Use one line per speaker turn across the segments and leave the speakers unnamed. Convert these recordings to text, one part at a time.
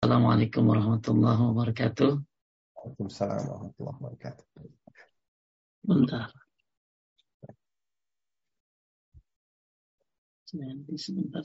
Assalamualaikum warahmatullahi wabarakatuh.
Waalaikumsalam warahmatullahi wabarakatuh.
Bentar. Nanti sebentar.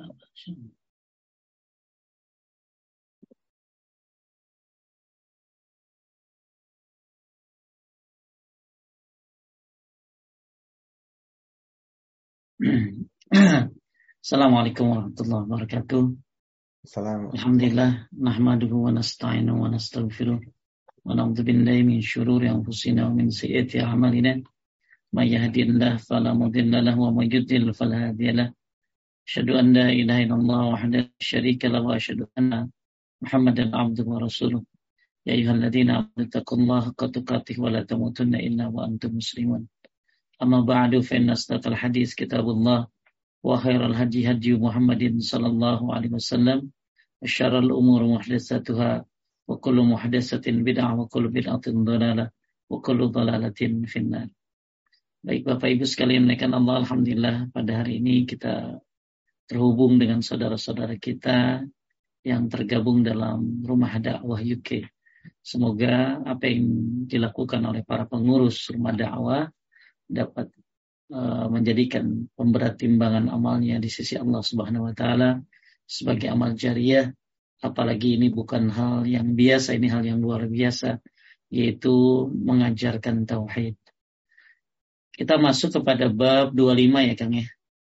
Assalamualaikum warahmatullahi wabarakatuh. Alhamdulillah, nahmaduhu wa nasta'inuhu wa nastaghfiruh wa na'udzu billahi min syururi anfusina wa min sayyiati a'malina. May yahdihillahu fala mudilla lahu wa may yudlil fala hadiya lahu. Asyhadu an la ilaha illallah wahdahu la syarika lahu wa asyhadu anna Muhammadan 'abduhu wa rasuluh. Ya ayyuhalladzina amanu taqullaha haqqa tuqatih wa la tamutunna illa wa antum muslimun. Amma ba'du fa inna asdaqal hadits kitabullah wa khairal hadi hadi Muhammadin sallallahu alaihi wasallam wa syarrul umuri muhdatsatuha wa kullu muhdatsatin bid'ah wa kullu bid'atin dhalalah wa kullu dhalalatin finnar. Baik Bapak Ibu sekalian menaikkan Allah, alhamdulillah pada hari ini kita terhubung dengan saudara-saudara kita yang tergabung dalam Rumah Dakwah UK. Semoga apa yang dilakukan oleh para pengurus Rumah Dakwah dapat menjadikan pemberat timbangan amalnya di sisi Allah Subhanahu wa taala sebagai amal jariyah. Apalagi ini bukan hal yang biasa, ini hal yang luar biasa, yaitu mengajarkan tauhid. Kita masuk kepada bab 25 ya Kang ya.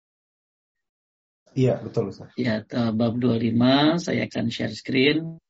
Iya, betul Ustaz.
Ya, bab 25 saya akan share screen.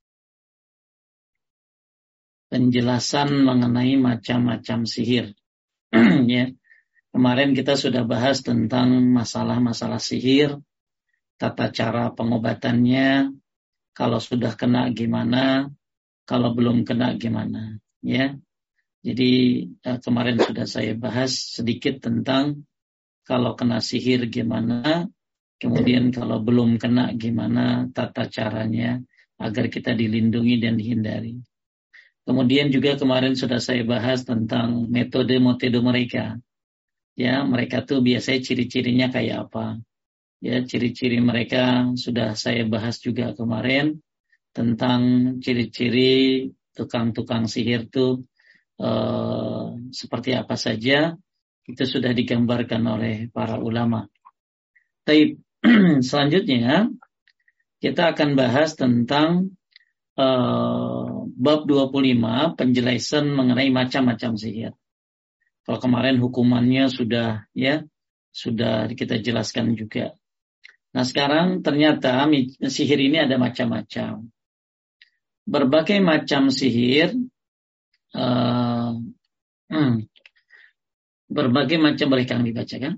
Penjelasan mengenai macam-macam sihir. Ya. Kemarin kita sudah bahas tentang masalah-masalah sihir, tata cara pengobatannya, kalau sudah kena gimana, kalau belum kena gimana, ya. Jadi kemarin sudah saya bahas sedikit tentang kalau kena sihir gimana, kemudian kalau belum kena gimana tata caranya agar kita dilindungi dan dihindari. Kemudian juga kemarin sudah saya bahas tentang metode mereka. Ya, mereka tuh biasanya ciri-cirinya kayak apa? Ya, ciri-ciri mereka sudah saya bahas juga kemarin tentang ciri-ciri tukang-tukang sihir tuh seperti apa saja. Itu sudah digambarkan oleh para ulama. Tapi selanjutnya kita akan bahas tentang bab 25 penjelasan mengenai macam-macam sihir. Kalau kemarin hukumannya sudah kita jelaskan juga. Nah sekarang ternyata sihir ini ada macam-macam. Berbagai macam sihir, berbagai macam, boleh Kang dibacakan?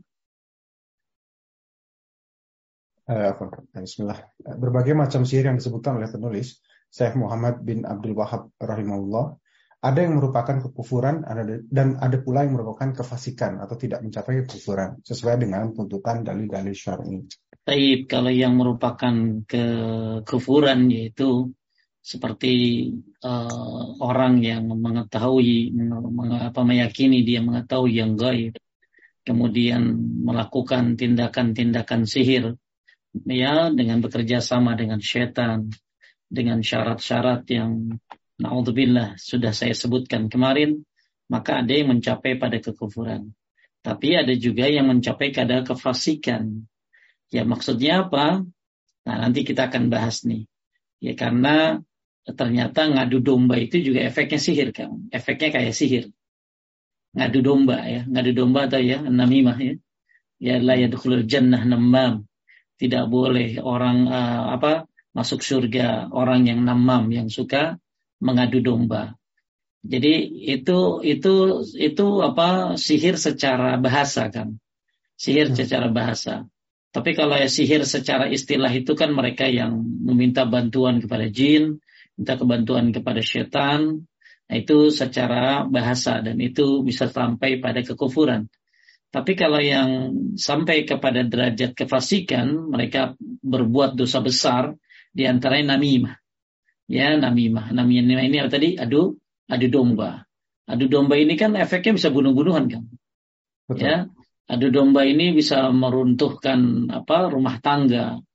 Bismillah. Berbagai macam sihir yang disebutkan oleh penulis Syekh Muhammad bin Abdul Wahab rahimahullah, ada yang merupakan kekufuran dan ada pula yang merupakan kefasikan atau tidak mencapai kekufuran sesuai dengan tuntutan dalil-dalil syar'i.
Baik, kalau yang merupakan kekufuran yaitu seperti orang yang mengetahui, meyakini dia mengetahui yang gaib, kemudian melakukan tindakan-tindakan sihir, ya, dengan bekerja sama dengan syaitan, dengan syarat-syarat yang na'udzubillah sudah saya sebutkan kemarin, maka ada yang mencapai pada kekufuran. Tapi ada juga yang mencapai pada kefasikan. Ya maksudnya apa? Nah nanti kita akan bahas nih. Ya karena ternyata ngadu domba itu juga efeknya sihir kan. Efeknya kayak sihir. Ngadu domba ya. Ngadu domba atau ya namimah ya. Ya la yadkhulul jannah namam. Tidak boleh orang masuk surga orang yang namam, yang suka mengadu domba. Jadi itu sihir secara bahasa kan. Sihir secara bahasa. Tapi kalau sihir secara istilah itu kan mereka yang meminta bantuan kepada jin, minta bantuan kepada syaitan. Nah itu secara bahasa dan itu bisa sampai pada kekufuran. Tapi kalau yang sampai kepada derajat kefasikan, mereka berbuat dosa besar, di antaranya namimah. Ya, namimah ini apa tadi? Adu domba. Adu domba ini kan efeknya bisa bunuh-bunuhan kan. Betul. Ya, adu domba ini bisa meruntuhkan rumah tangga,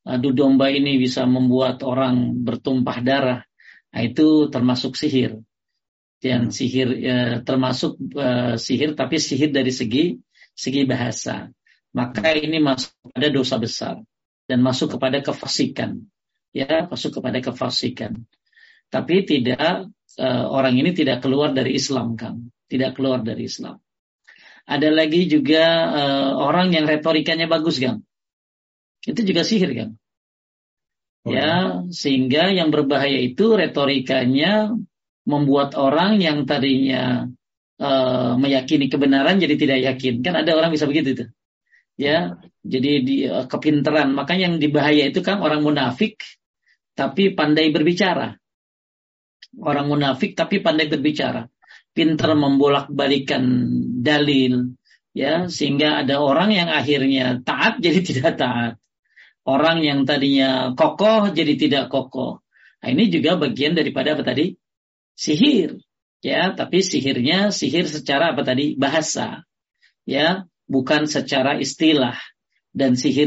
adu domba ini bisa membuat orang bertumpah darah, nah itu termasuk sihir. Dan sihir termasuk sihir, tapi sihir dari segi bahasa. Maka ini masuk pada dosa besar dan masuk kepada kefasikan. Ya, masuk kepada kefasikan. Tapi tidak orang ini tidak keluar dari Islam, Kang. Tidak keluar dari Islam. Ada lagi juga orang yang retorikanya bagus, Kang. Itu juga sihir, Kang. Ya, sehingga yang berbahaya itu retorikanya membuat orang yang tadinya meyakini kebenaran jadi tidak yakin. Kan ada orang bisa begitu tuh. Ya, jadi kepintaran. Makanya yang dibahaya itu kan orang munafik tapi pandai berbicara. Orang munafik tapi pandai berbicara. Pintar membolak-balikan dalil, ya, sehingga ada orang yang akhirnya taat jadi tidak taat. Orang yang tadinya kokoh jadi tidak kokoh. Nah, ini juga bagian daripada apa tadi? Sihir, ya, tapi sihirnya sihir secara apa tadi? Bahasa, ya, bukan secara istilah. Dan sihir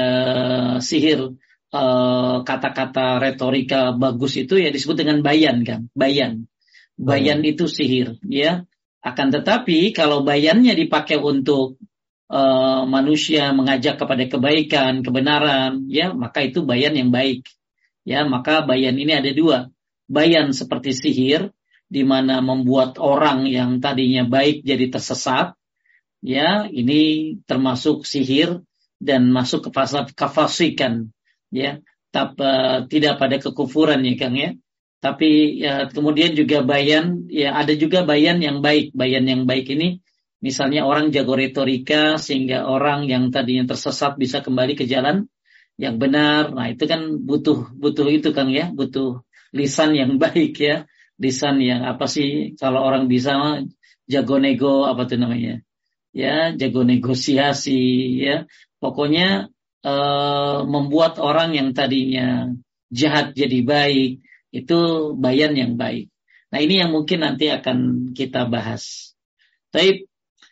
kata-kata retorika bagus itu ya disebut dengan bayan, kan? Bayan itu sihir, ya. Akan tetapi kalau bayannya dipakai untuk manusia mengajak kepada kebaikan, kebenaran, ya, maka itu bayan yang baik. Ya, maka bayan ini ada dua. Bayan seperti sihir, di mana membuat orang yang tadinya baik jadi tersesat. Ya, ini termasuk sihir dan masuk ke kefasikan. Ya, tidak pada kekufuran ya, Kang, ya. Tapi ya, kemudian juga bayan, ya ada juga bayan yang baik. Bayan yang baik ini, misalnya orang jago retorika sehingga orang yang tadinya tersesat bisa kembali ke jalan yang benar. Nah, itu kan butuh itu, Kang, ya, butuh lisan yang baik, ya, lisan yang apa sih kalau orang bisa jago nego apa tuh namanya, ya, jago negosiasi, ya, pokoknya membuat orang yang tadinya jahat jadi baik, itu bayan yang baik. Nah, ini yang mungkin nanti akan kita bahas. Tapi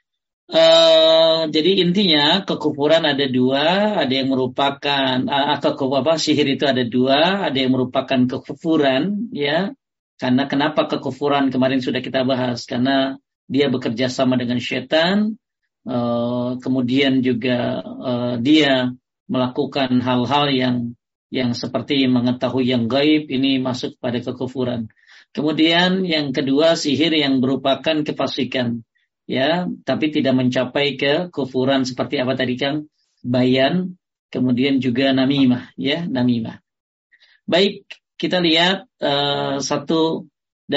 jadi intinya kekufuran ada dua, ada yang merupakan sihir itu ada dua, ada yang merupakan kekufuran, ya. Karena kenapa kekufuran kemarin sudah kita bahas, karena dia bekerja sama dengan syaitan, kemudian juga dia melakukan hal-hal yang seperti mengetahui yang gaib, ini masuk pada kekufuran. Kemudian yang kedua sihir yang merupakan kefasikan. Ya, tapi tidak mencapai ke kufuran seperti apa tadi, Kang? Bayan, kemudian juga namimah, ya, namimah. Baik, kita lihat satu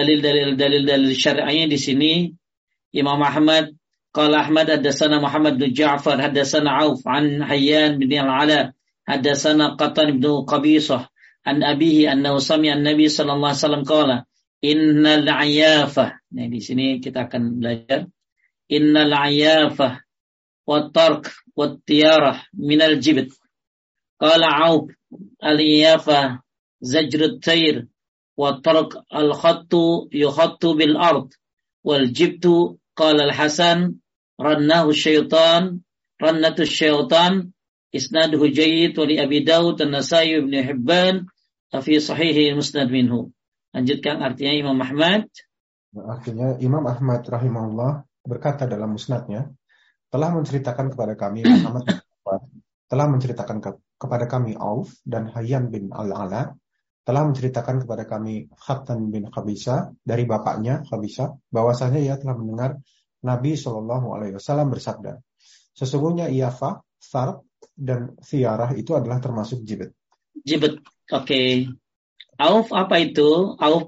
dalil syar'iynya di sini. Imam Ahmad, qala Ahmad haddatsana Muhammad bin Ja'far haddatsana Auf an Hayyan bin Al-Ala haddatsana Qatan bin Qabisah an abihi annahu sami'a an-nabi sallallahu alaihi wasallam qala innal 'ayafah. Nah, di sini kita akan belajar innal 'ayafah wat tark wat tiyarah minal jibt. Qala Auf al-'iyafah zajrut tayr wat tark al-khattu yukhattu bil ard wal jibtu qala al-Hasan rannahu syaitan rannatu syaitan isnaduhu jayyid wa li Abi Dawud an-Nasai ibn Hibban fi sahih musnad minhu. Lanjutkan artinya Imam Ahmad.
Artinya Imam Ahmad rahimahullah berkata dalam musnadnya, telah menceritakan kepada kami Muhammad telah menceritakan kepada kami Auf dan Hayyan bin Al-Ala, telah menceritakan kepada kami Khatan bin Qabisah dari bapaknya Qabisah, bahwasanya ia telah mendengar Nabi SAW bersabda, sesungguhnya iyafah, sarq dan thiyarah itu adalah termasuk jibet.
Jibet, oke. Auf apa itu? Auf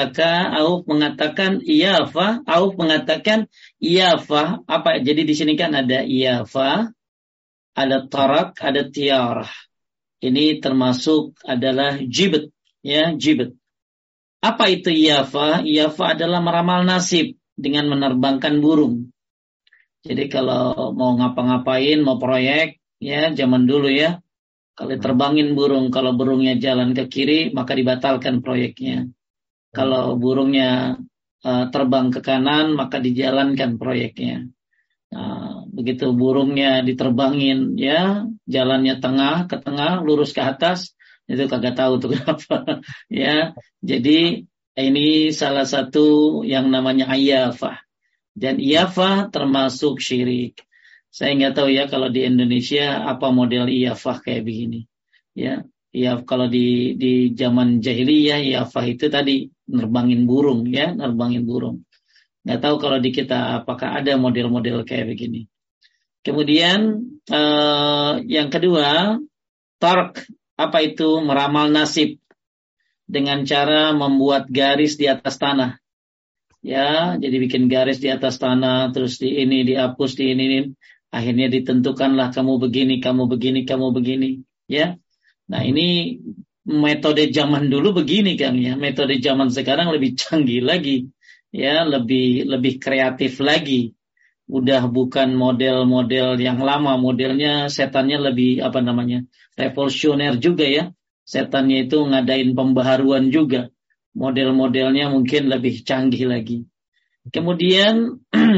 mengatakan iyafah. Auf mengatakan iyafah apa? Jadi di sini kan ada iyafah, ada tarak, ada tiarah. Ini termasuk adalah jibet, ya, jibet. Apa itu iyafah? Iyafah adalah meramal nasib dengan menerbangkan burung. Jadi kalau mau ngapa-ngapain, mau proyek, ya, zaman dulu ya. Kalau terbangin burung, kalau burungnya jalan ke kiri, maka dibatalkan proyeknya. Kalau burungnya terbang ke kanan, maka dijalankan proyeknya. Nah, begitu burungnya diterbangin, ya, jalannya tengah ke tengah, lurus ke atas, itu kagak tahu tuh kenapa, ya. Jadi ini salah satu yang namanya iyafah, dan iyafah termasuk syirik. Saya nggak tahu ya kalau di Indonesia apa model iyafah kayak begini, ya. Ya kalau di zaman jahiliyah iyafah itu tadi nerbangin burung, ya, nerbangin burung. Nggak tahu kalau di kita apakah ada model-model kayak begini. Kemudian yang kedua, tark, apa itu? Meramal nasib dengan cara membuat garis di atas tanah. Ya, jadi bikin garis di atas tanah, terus di ini dihapus, di ini, akhirnya ditentukanlah kamu begini, kamu begini, kamu begini. Ya, nah ini metode zaman dulu begini kan ya, metode zaman sekarang lebih canggih lagi. Ya, lebih kreatif lagi. Udah bukan model-model yang lama, modelnya setannya lebih revolusioner juga ya. Setannya itu ngadain pembaharuan juga. Model-modelnya mungkin lebih canggih lagi. Kemudian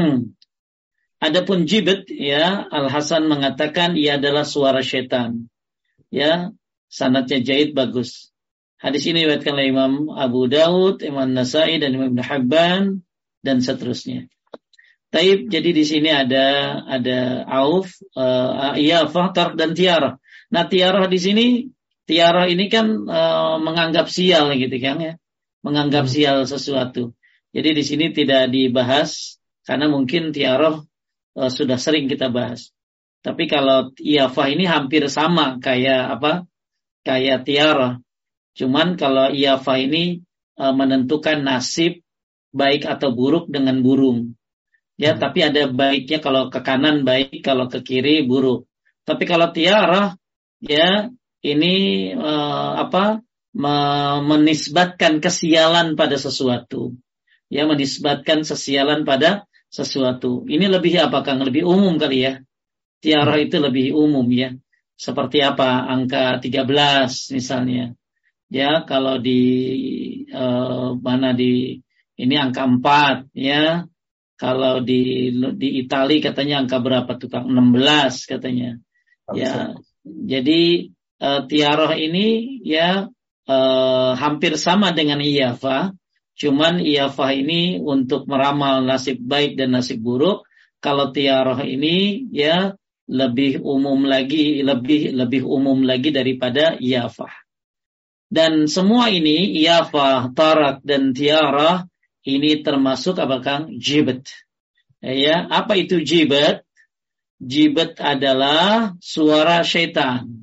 adapun jibet, ya, Al-Hasan mengatakan ia adalah suara setan. Ya, sanadnya jaid, bagus. Hadis ini diriwayatkan oleh Imam Abu Daud, Imam Nasai, dan Imam Ibnu Hibban, dan seterusnya. Taib, jadi di sini ada auf, iyafah, tark, dan tiarah. Nah, tiarah di sini, tiarah ini kan menganggap sial gitu kan ya, menganggap sial sesuatu. Jadi di sini tidak dibahas karena mungkin tiarah sudah sering kita bahas. Tapi kalau iyafah ini hampir sama kayak kayak tiarah. Cuman kalau iyafah ini menentukan nasib baik atau buruk dengan burung. Ya, tapi ada baiknya kalau ke kanan baik, kalau ke kiri buruk. Tapi kalau tiarah, ya, ini menisbatkan kesialan pada sesuatu. Ya, menisbatkan kesialan pada sesuatu. Ini lebih apakah lebih umum kali ya? Tiarah itu lebih umum ya. Seperti apa? Angka 13 misalnya. Ya, kalau di ini angka 4 ya. Kalau di Itali katanya angka berapa tuh Kang? 16 katanya. Ya. Jadi tiarah ini ya hampir sama dengan iyafah. Cuman iyafah ini untuk meramal nasib baik dan nasib buruk. Kalau tiarah ini ya lebih umum lagi daripada iyafah. Dan semua ini, iyafah, tarak, dan tiarah, ini termasuk apa Kang? Jibet. Ya, apa itu jibet? Jibet adalah suara syaitan.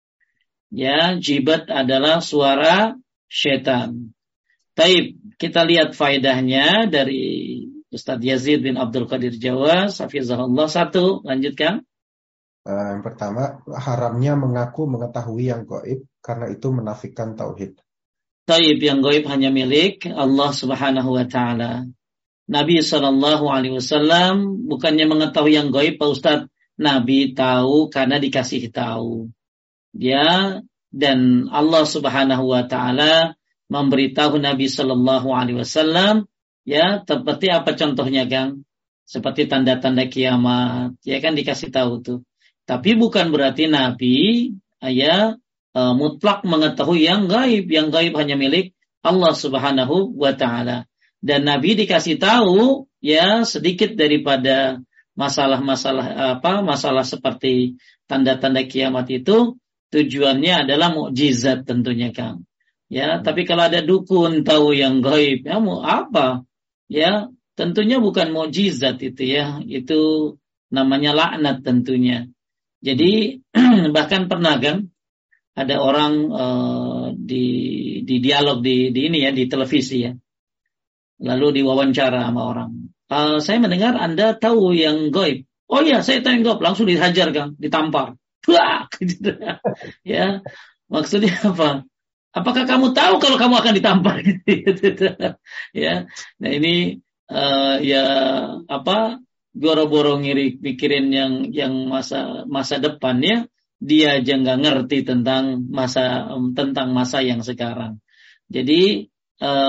Ya, jibet adalah suara syaitan. Taib, kita lihat faedahnya dari Ustadz Yazid bin Abdul Qadir Jawas, hafizahullah. 1, lanjutkan.
Yang pertama, haramnya mengaku mengetahui yang gaib karena itu menafikan tauhid.
Taib, yang gaib hanya milik Allah Subhanahu wa taala. Nabi SAW bukannya mengetahui yang gaib, Pak Ustadz. Nabi tahu karena dikasih tahu. Ya, dan Allah Subhanahu wa taala memberitahu Nabi SAW, ya, seperti apa contohnya, Kang? Seperti tanda-tanda kiamat, ya kan dikasih tahu tuh. Tapi bukan berarti Nabi mutlak mengetahui yang gaib. Yang gaib hanya milik Allah Subhanahu wa taala. Dan Nabi dikasih tahu ya sedikit daripada masalah seperti tanda-tanda kiamat itu, tujuannya adalah mukjizat tentunya, Kang. Ya, tapi kalau ada dukun tahu yang gaib, ya mau apa? Ya, tentunya bukan mukjizat itu ya. Itu namanya laknat tentunya. Jadi bahkan pernah kan ada orang di dialog di ini ya, di televisi ya. Lalu diwawancara sama orang. Saya mendengar Anda tahu yang gaib. Oh iya, saya tahu yang gaib. Langsung dihajar Kang, ditampar. Wah, gitu. Ya, maksudnya apa? Apakah kamu tahu kalau kamu akan ditampar? Gitu. Ya, nah ini boro-boro mikirin yang masa depan ya, dia aja nggak ngerti tentang masa yang sekarang. Jadi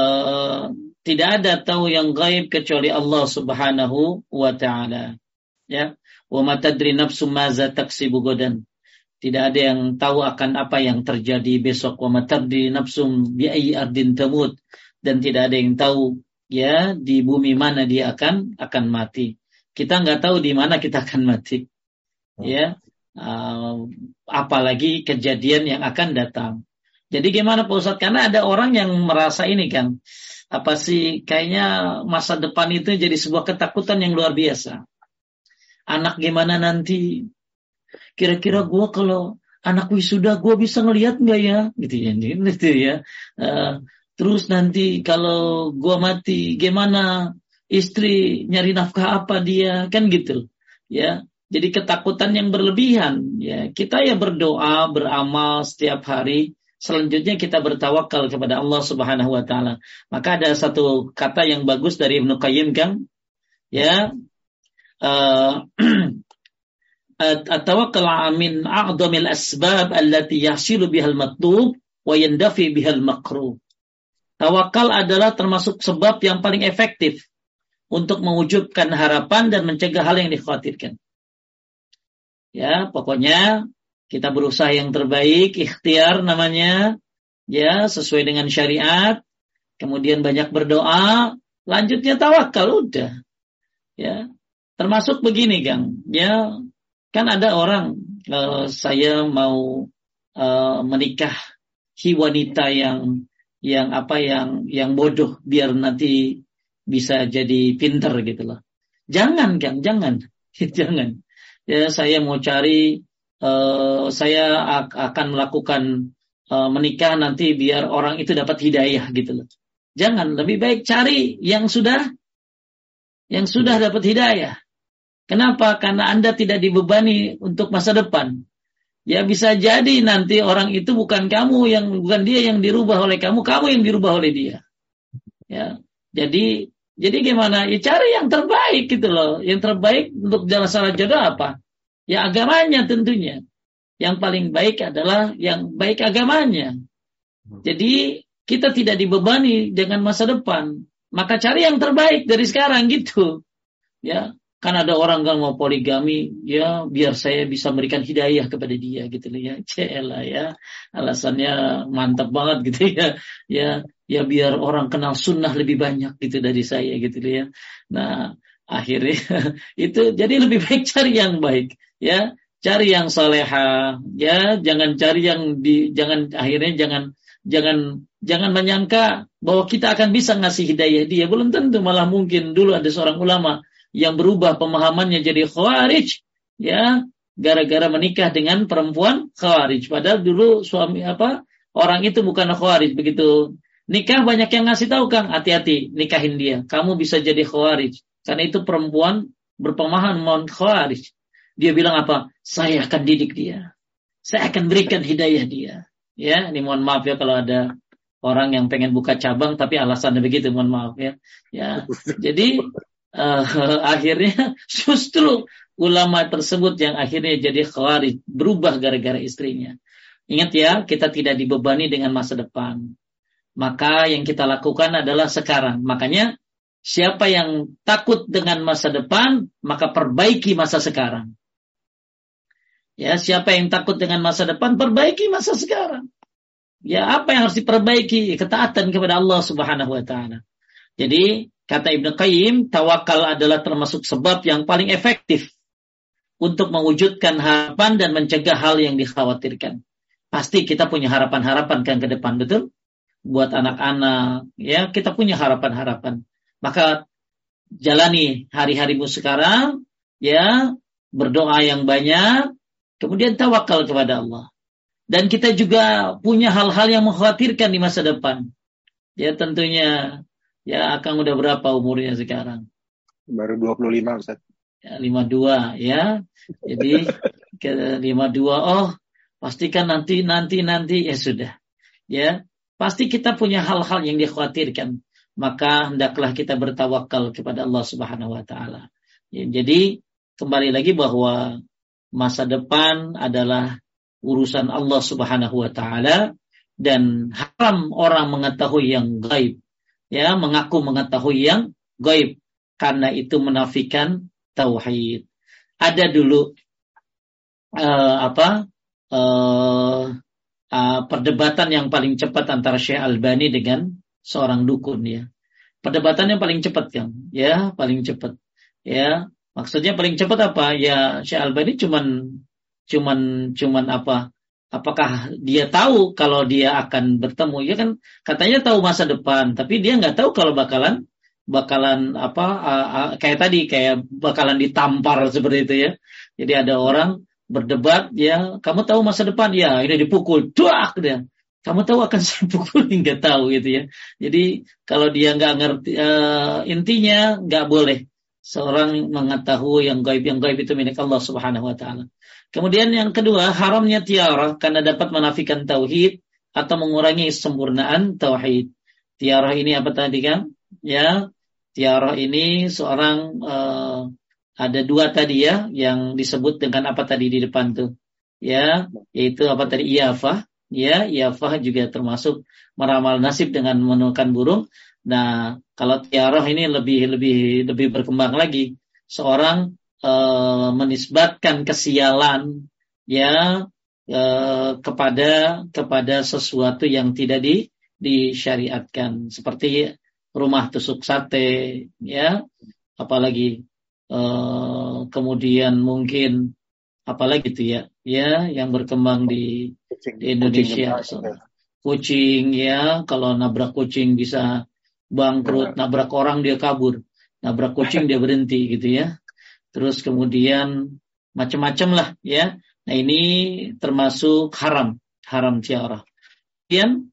tidak ada tahu yang gaib kecuali Allah Subhanahu wa taala. Ya, wa ma tadri nafsum maza taksibu godan. Tidak ada yang tahu akan apa yang terjadi besok. Wa ma tadri nafsum bi ayyi ardin tamut. Dan tidak ada yang tahu ya di bumi mana dia akan mati. Kita nggak tahu di mana kita akan mati. Ya, apalagi kejadian yang akan datang. Jadi gimana Pak Ustadz? Karena ada orang yang merasa ini kan, apa sih, kayaknya masa depan itu jadi sebuah ketakutan yang luar biasa. Anak gimana nanti? Kira-kira gue kalau anak wisuda gue bisa ngelihat nggak ya? Gitu ya. Terus nanti kalau gue mati, gimana istri nyari nafkah apa dia? Kan gitu. Ya. Jadi ketakutan yang berlebihan. Ya. Kita ya berdoa, beramal setiap hari. Selanjutnya kita bertawakal kepada Allah Subhanahu wa taala. Maka ada satu kata yang bagus dari Ibnu Qayyim kan? Ya. At-tawakkul min a'dhamil asbab allati yahsilu bihal matlub wa yandafi bihal makruh. Tawakal adalah termasuk sebab yang paling efektif untuk mewujudkan harapan dan mencegah hal yang dikhawatirkan. Ya, pokoknya kita berusaha yang terbaik, ikhtiar namanya, ya, sesuai dengan syariat, kemudian banyak berdoa, lanjutnya tawakal, udah. Ya. Termasuk begini, Kang. Ya, kan ada orang saya mau menikahi wanita yang bodoh biar nanti bisa jadi pinter gitu loh. Jangan, Kang, jangan. Jangan. Ya, saya mau cari saya akan melakukan menikah nanti biar orang itu dapat hidayah gitu loh. Jangan, lebih baik cari yang sudah dapat hidayah. Kenapa? Karena Anda tidak dibebani untuk masa depan. Ya bisa jadi nanti orang itu bukan dia yang dirubah oleh kamu yang dirubah oleh dia. Ya. Jadi gimana? Ya cari yang terbaik gitu loh. Yang terbaik untuk jalan salah jodoh apa? Ya agamanya tentunya. Yang paling baik adalah yang baik agamanya. Jadi kita tidak dibebani dengan masa depan. Maka cari yang terbaik dari sekarang gitu. Ya. Kan ada orang kan mau poligami, ya biar saya bisa memberikan hidayah kepada dia gitu loh ya. Celah ya. Alasannya mantap banget gitu ya. Ya biar orang kenal sunnah lebih banyak gitu dari saya gitu loh ya. Nah, akhirnya itu jadi lebih baik cari yang baik ya. Cari yang salehah ya, jangan cari jangan menyangka bahwa kita akan bisa ngasih hidayah dia. Belum tentu, malah mungkin dulu ada seorang ulama yang berubah pemahamannya jadi khawarij ya gara-gara menikah dengan perempuan khawarij, padahal dulu orang itu bukan khawarij. Begitu nikah banyak yang ngasih tahu, Kang, hati-hati nikahin dia, kamu bisa jadi khawarij karena itu perempuan berpemahaman khawarij. Dia bilang apa? Saya akan didik dia, saya akan berikan hidayah dia. Ya, ini mohon maaf ya kalau ada orang yang pengen buka cabang tapi alasannya begitu, mohon maaf ya. Ya, jadi akhirnya justru ulama tersebut yang akhirnya jadi khawarij, berubah gara-gara istrinya. Ingat ya, kita tidak dibebani dengan masa depan. Maka yang kita lakukan adalah sekarang. Makanya siapa yang takut dengan masa depan, maka perbaiki masa sekarang. Ya, siapa yang takut dengan masa depan, perbaiki masa sekarang. Ya, apa yang harus diperbaiki? Ketaatan kepada Allah Subhanahu wa taala. Jadi kata Ibnu Qayyim, tawakal adalah termasuk sebab yang paling efektif untuk mewujudkan harapan dan mencegah hal yang dikhawatirkan. Pasti kita punya harapan-harapan kan ke depan, betul? Buat anak-anak, ya kita punya harapan-harapan. Maka jalani hari-harimu sekarang, ya berdoa yang banyak, kemudian tawakal kepada Allah. Dan kita juga punya hal-hal yang mengkhawatirkan di masa depan. Ya tentunya. Ya, Akang udah berapa umurnya sekarang?
Baru 25, Ustaz.
Ya, 52 ya. Jadi 52, oh, pastikan nanti ya sudah. Ya, pasti kita punya hal-hal yang dikhawatirkan. Maka hendaklah kita bertawakal kepada Allah Subhanahu wa taala. Ya, jadi kembali lagi bahwa masa depan adalah urusan Allah Subhanahu wa taala dan haram orang mengetahui yang gaib. Ya, mengaku mengetahui yang gaib, karena itu menafikan tauhid. ada dulu perdebatan yang paling cepat antara Syekh Albani dengan seorang dukun ya. Perdebatannya paling cepat kan, ya paling cepat. Ya, maksudnya paling cepat apa? Ya Syekh Albani cuman apa? Apakah dia tahu kalau dia akan bertemu? Ya kan katanya tahu masa depan, tapi dia nggak tahu kalau bakalan kayak tadi, kayak bakalan ditampar seperti itu ya. Jadi ada orang berdebat, ya kamu tahu masa depan? Ya ini dipukul, duak dia. Kamu tahu akan saya pukul, nggak tahu gitu ya. Jadi kalau dia nggak ngerti intinya, nggak boleh seorang mengetahui yang gaib itu milik Allah Subhanahu Wa Taala. Kemudian yang kedua, haramnya tiarah karena dapat menafikan tauhid atau mengurangi sempurnaan tauhid. Tiarah ini apa tadi kan? Ya, tiarah ini seorang ada dua tadi ya, yang disebut dengan apa tadi di depan tuh, ya, yaitu apa tadi, iyafah. Ya, iyafah juga termasuk meramal nasib dengan menemukan burung. Nah, kalau tiarah ini lebih berkembang lagi. Seorang menisbatkan kesialan ya kepada sesuatu yang tidak disyariatkan, seperti rumah tusuk sate ya, apalagi kemudian mungkin apalagi itu ya yang berkembang di Indonesia, kucing ya, kalau nabrak kucing bisa bangkrut, nabrak orang dia kabur, nabrak kucing dia berhenti gitu ya. Terus kemudian macam-macam lah ya. Nah ini termasuk haram tiarah. Kemudian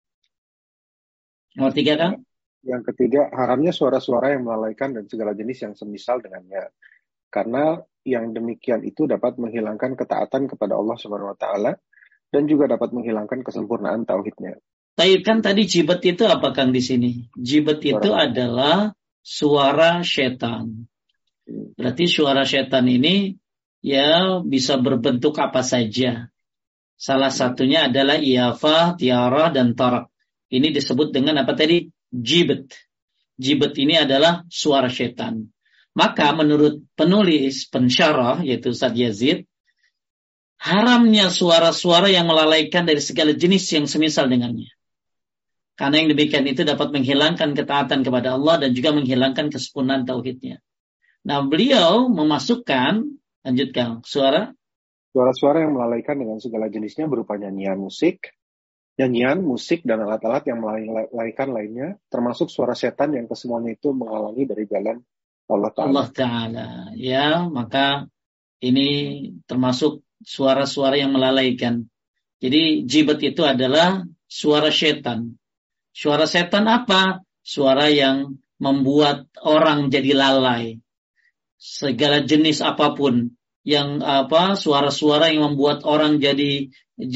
nomor 3 kan?
Yang ketiga, haramnya suara-suara yang melalaikan dan segala jenis yang semisal dengannya. Karena yang demikian itu dapat menghilangkan ketaatan kepada Allah Subhanahu Wa Taala dan juga dapat menghilangkan kesempurnaan tauhidnya.
Taib kan tadi jibat itu apa Kang di sini? Jibat itu adalah suara setan. Berarti suara setan ini ya bisa berbentuk apa saja. Salah satunya adalah iyafah, tiarah, dan tarak. Ini disebut dengan apa tadi? Jibat. Jibat ini adalah suara setan. Maka menurut penulis pensyarah yaitu Ustaz Yazid, haramnya suara-suara yang melalaikan dari segala jenis yang semisal dengannya. Karena yang demikian itu dapat menghilangkan ketaatan kepada Allah dan juga menghilangkan kesempurnaan tauhidnya. Nah, beliau memasukkan, lanjutkan,
suara-suara yang melalaikan dengan segala jenisnya berupa nyanyian, musik, dan alat-alat yang melalaikan lainnya, termasuk suara setan yang kesemuanya itu menghalangi dari jalan Allah
Ta'ala. Ya, maka ini termasuk suara-suara yang melalaikan. Jadi jibat itu adalah suara setan. Suara setan apa? Suara yang membuat orang jadi lalai. Segala jenis apapun yang suara-suara yang membuat orang jadi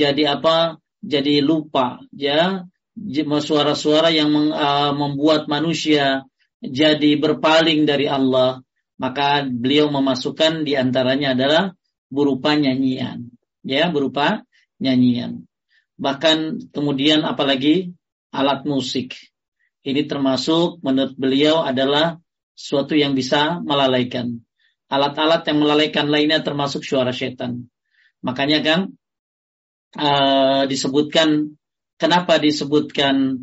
lupa ya, suara-suara yang membuat manusia jadi berpaling dari Allah, maka beliau memasukkan diantaranya adalah berupa nyanyian ya, berupa nyanyian. Bahkan kemudian apalagi alat musik, ini termasuk menurut beliau adalah suatu yang bisa melalaikan. Alat-alat yang melalaikan lainnya termasuk suara setan. Makanya kan disebutkan, kenapa disebutkan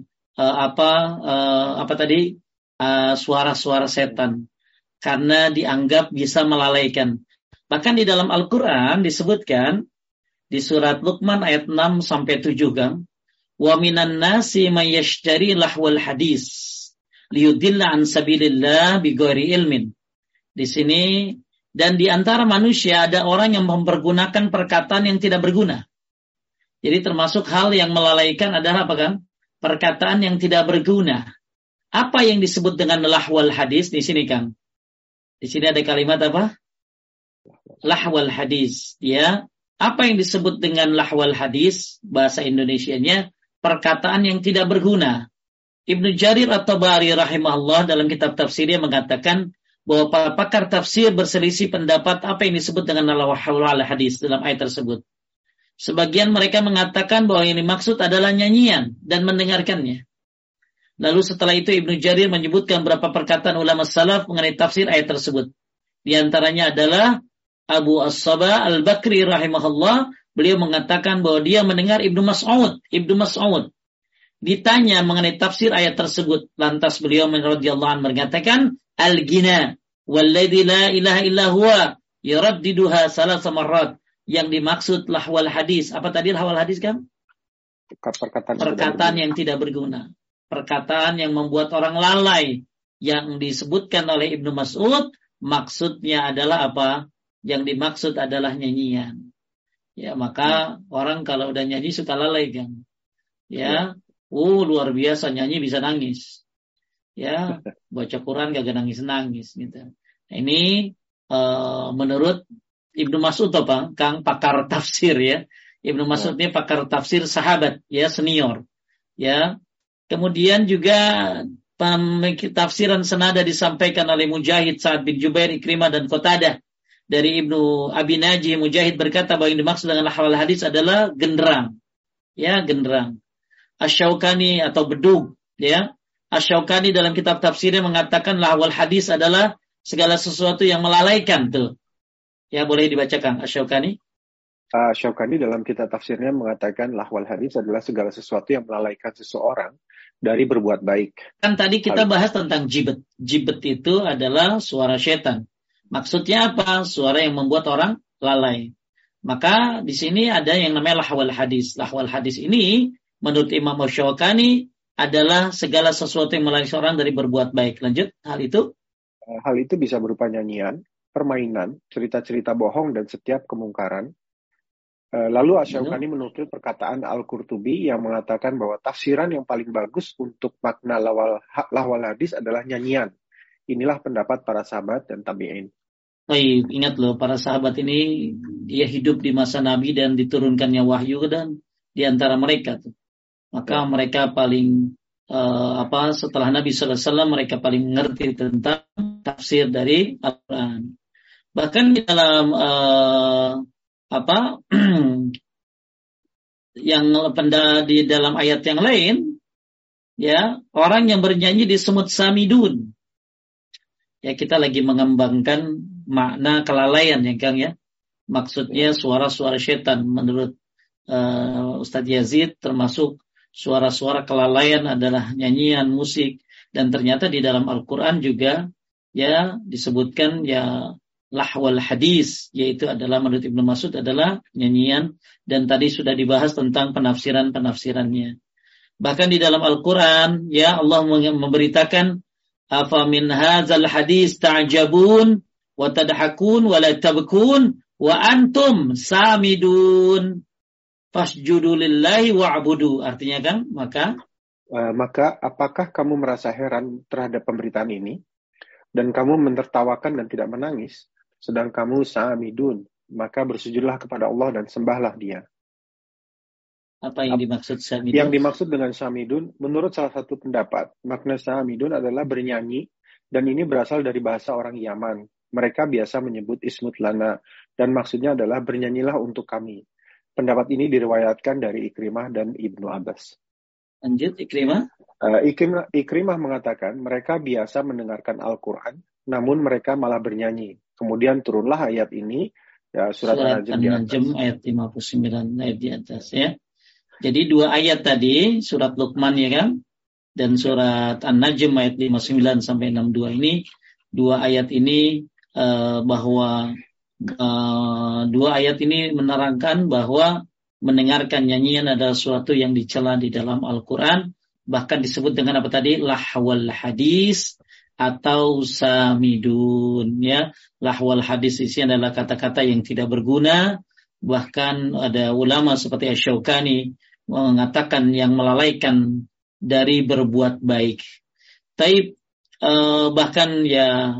suara-suara setan? Karena dianggap bisa melalaikan. Bahkan di dalam Al-Quran disebutkan di surat Luqman ayat 6 sampai 7 kan, wa minan nasi may yashtari lahwal hadis liyudilla an sabilillah bighairi ilmin. Di sini, dan di antara manusia ada orang yang mempergunakan perkataan yang tidak berguna. Jadi termasuk hal yang melalaikan adalah apa kan? Perkataan yang tidak berguna. Apa yang disebut dengan lahwal hadis di sini Kang? Di sini ada kalimat apa? Lahwal hadis. Ya. Apa yang disebut dengan lahwal hadis? Bahasa Indonesianya perkataan yang tidak berguna. Ibnu Jarir At-Tabari rahimahullah dalam kitab tafsirnya mengatakan bahwa para pakar tafsir berselisih pendapat apa yang disebut dengan lahwal hadis dalam ayat tersebut. Sebagian mereka mengatakan bahwa yang dimaksud adalah nyanyian dan mendengarkannya. Lalu setelah itu Ibnu Jarir menyebutkan beberapa perkataan ulama salaf mengenai tafsir ayat tersebut. Di antaranya adalah Abu As-Saba Al-Bakri rahimahullah, beliau mengatakan bahwa dia mendengar Ibnu Mas'ud. Ditanya mengenai tafsir ayat tersebut, lantas beliau radhiyallahu anhu mengatakan, Al-Ghina walladzi la ilaha illa huwa yuraddiduha salasa marrat. Yang dimaksud lahwal hadis. Apa tadi lahwal hadis kan? Perkataan yang tidak berguna. Perkataan yang membuat orang lalai. Yang disebutkan oleh Ibnu Mas'ud, maksudnya adalah apa? Yang dimaksud adalah nyanyian. Ya, maka orang kalau udah nyanyi suka lalai kan. Ya, luar biasa nyanyi bisa nangis. Ya, baca Quran gak nangis gitu. Ini menurut Ibnu Mas'ud apa? Kang pakar tafsir ya. Ibnu Mas'ud ini pakar tafsir sahabat ya, senior. Ya. Kemudian juga tafsiran senada disampaikan oleh Mujahid, Sa'ad bin Jubair, Ikrimah dan Qatadah. Dari Ibnu Abi Najih, Mujahid berkata bahwa yang dimaksud dengan lahwal hadis adalah genderang. Ya, genderang. Asy-Syaukani atau bedug, ya. Asy-Syaukani dalam kitab tafsirnya mengatakan lahwal hadis adalah segala sesuatu yang melalaikan tuh. Ya, boleh dibacakan Asy-Syaukani.
Syaukani dalam kitab tafsirnya mengatakan lahwal hadis adalah segala sesuatu yang melalaikan seseorang dari berbuat baik.
Kan tadi kita bahas tentang jibet. Jibet itu adalah suara setan. Maksudnya apa? Suara yang membuat orang lalai. Maka di sini ada yang namanya lahwal hadis. Lahwal hadis ini menurut Imam Syaukani adalah segala sesuatu yang melalaikan orang dari berbuat baik. Lanjut, hal itu?
Hal itu bisa berupa nyanyian, permainan, cerita-cerita bohong, dan setiap kemungkaran. Lalu Asy-Syaukani menukil perkataan Al-Qurtubi yang mengatakan bahwa tafsiran yang paling bagus untuk makna lahwal hadis adalah nyanyian. Inilah pendapat para sahabat dan tabi'in.
Baik, ingat loh, para sahabat ini dia hidup di masa Nabi dan diturunkannya wahyu dan di antara mereka tuh. Maka mereka paling setelah Nabi sallallahu alaihi wasallam mereka paling mengerti tentang tafsir dari Al-Qur'an. Bahkan di dalam yang di dalam ayat yang lain, ya, orang yang bernyanyi disebut samidun. Ya, kita lagi mengembangkan makna kelalaian ya Kang ya. Maksudnya suara-suara setan menurut Ustadz Yazid, termasuk suara-suara kelalaian adalah nyanyian, musik, dan ternyata di dalam Al-Qur'an juga ya disebutkan ya lahwal hadis, yaitu adalah menurut Ibnu Mas'ud adalah nyanyian, dan tadi sudah dibahas tentang penafsirannya. Bahkan di dalam Al-Qur'an ya Allah memberitakan afa min hadzal hadis ta'jabun wa tadhakun wa la tabkun wa antum samidun fasjudu lillahi wa'budu. Artinya kan,
maka apakah kamu merasa heran terhadap pemberitaan ini dan kamu menertawakan dan tidak menangis, sedang kamu samidun, maka bersujudlah kepada Allah dan sembahlah Dia.
Apa yang dimaksud samidun?
Yang dimaksud dengan samidun, menurut salah satu pendapat, makna samidun adalah bernyanyi, dan ini berasal dari bahasa orang Yaman. Mereka biasa menyebut ismut lana, dan maksudnya adalah bernyanyilah untuk kami. Pendapat ini diriwayatkan dari Ikrimah dan Ibnu Abbas.
Lanjut, Ikrimah.
Ikrimah mengatakan mereka biasa mendengarkan Al-Quran, namun mereka malah bernyanyi. Kemudian turunlah ayat ini, ya, surat
An-Najm ayat 59 ayat di atas ya. Jadi dua ayat tadi, surat Luqman ya kan, dan surat An-Najm ayat 59 sampai 62 ini, dua ayat ini bahwa dua ayat ini menerangkan bahwa mendengarkan nyanyian adalah sesuatu yang dicela di dalam Al-Quran, bahkan disebut dengan apa tadi, lahwal hadis atau samidun ya. Lahwal hadis ini adalah kata-kata yang tidak berguna. Bahkan ada ulama seperti Asy-Syaukani mengatakan yang melalaikan dari berbuat baik. Tapi bahkan ya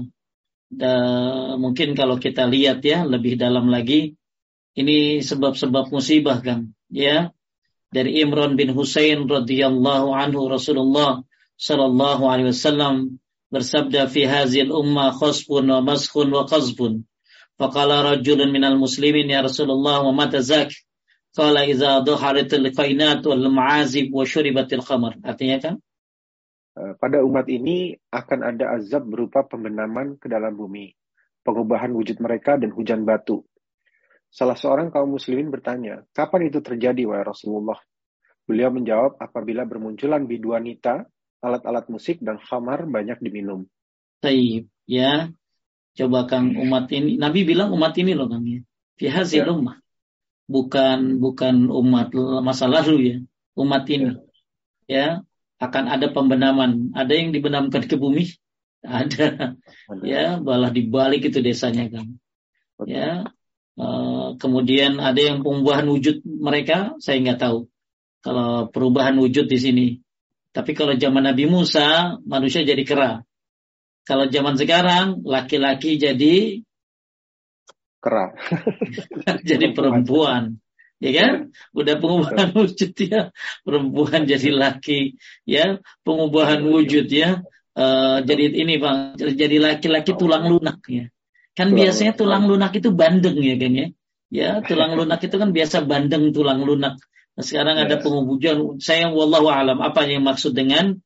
mungkin kalau kita lihat ya lebih dalam lagi, ini sebab-sebab musibah kan ya. Dari Imran bin Husain radhiyallahu anhu, Rasulullah sallallahu alaihi wasallam bersabda, fi hazil ummah khasbun wa maskhun wa qazbun. Faqala rajulun minal muslimin, ya Rasulullah, wa mata zak? Qala idza dhaharatil qainat wal ma'azib wa syuribatil khamar. Artinya kan,
pada umat ini akan ada azab berupa pembenaman ke dalam bumi, pengubahan wujud mereka, dan hujan batu. Salah seorang kaum muslimin bertanya, kapan itu terjadi, wahai Rasulullah? Beliau menjawab, apabila bermunculan biduanita, alat-alat musik, dan khamar banyak diminum.
Baik, ya. Coba Kang, umat ini, Nabi bilang umat ini loh Kang ya. Fi hazil ummah. Bukan umat masa lalu ya. Umat ini. Ya, akan ada pembenaman. Ada yang dibenamkan ke bumi? Ada. Ya, malah dibalik itu desanya Kang. Ya. Kemudian ada yang perubahan wujud mereka, saya nggak tahu. Kalau perubahan wujud di sini. Tapi kalau zaman Nabi Musa, manusia jadi kera. Kalau zaman sekarang, laki-laki jadi
kera.
Jadi perempuan. Ya kan? Udah pengubahan wujud ya. Perempuan jadi laki. Ya, pengubahan wujud ya. Jadi ini Bang, jadi laki-laki tulang lunak ya. Kan biasanya tulang lunak itu bandeng ya kan ya. Ya, tulang lunak itu kan biasa bandeng tulang lunak. Nah, sekarang ada pengubahan. Saya wallahu alam apa yang maksud dengan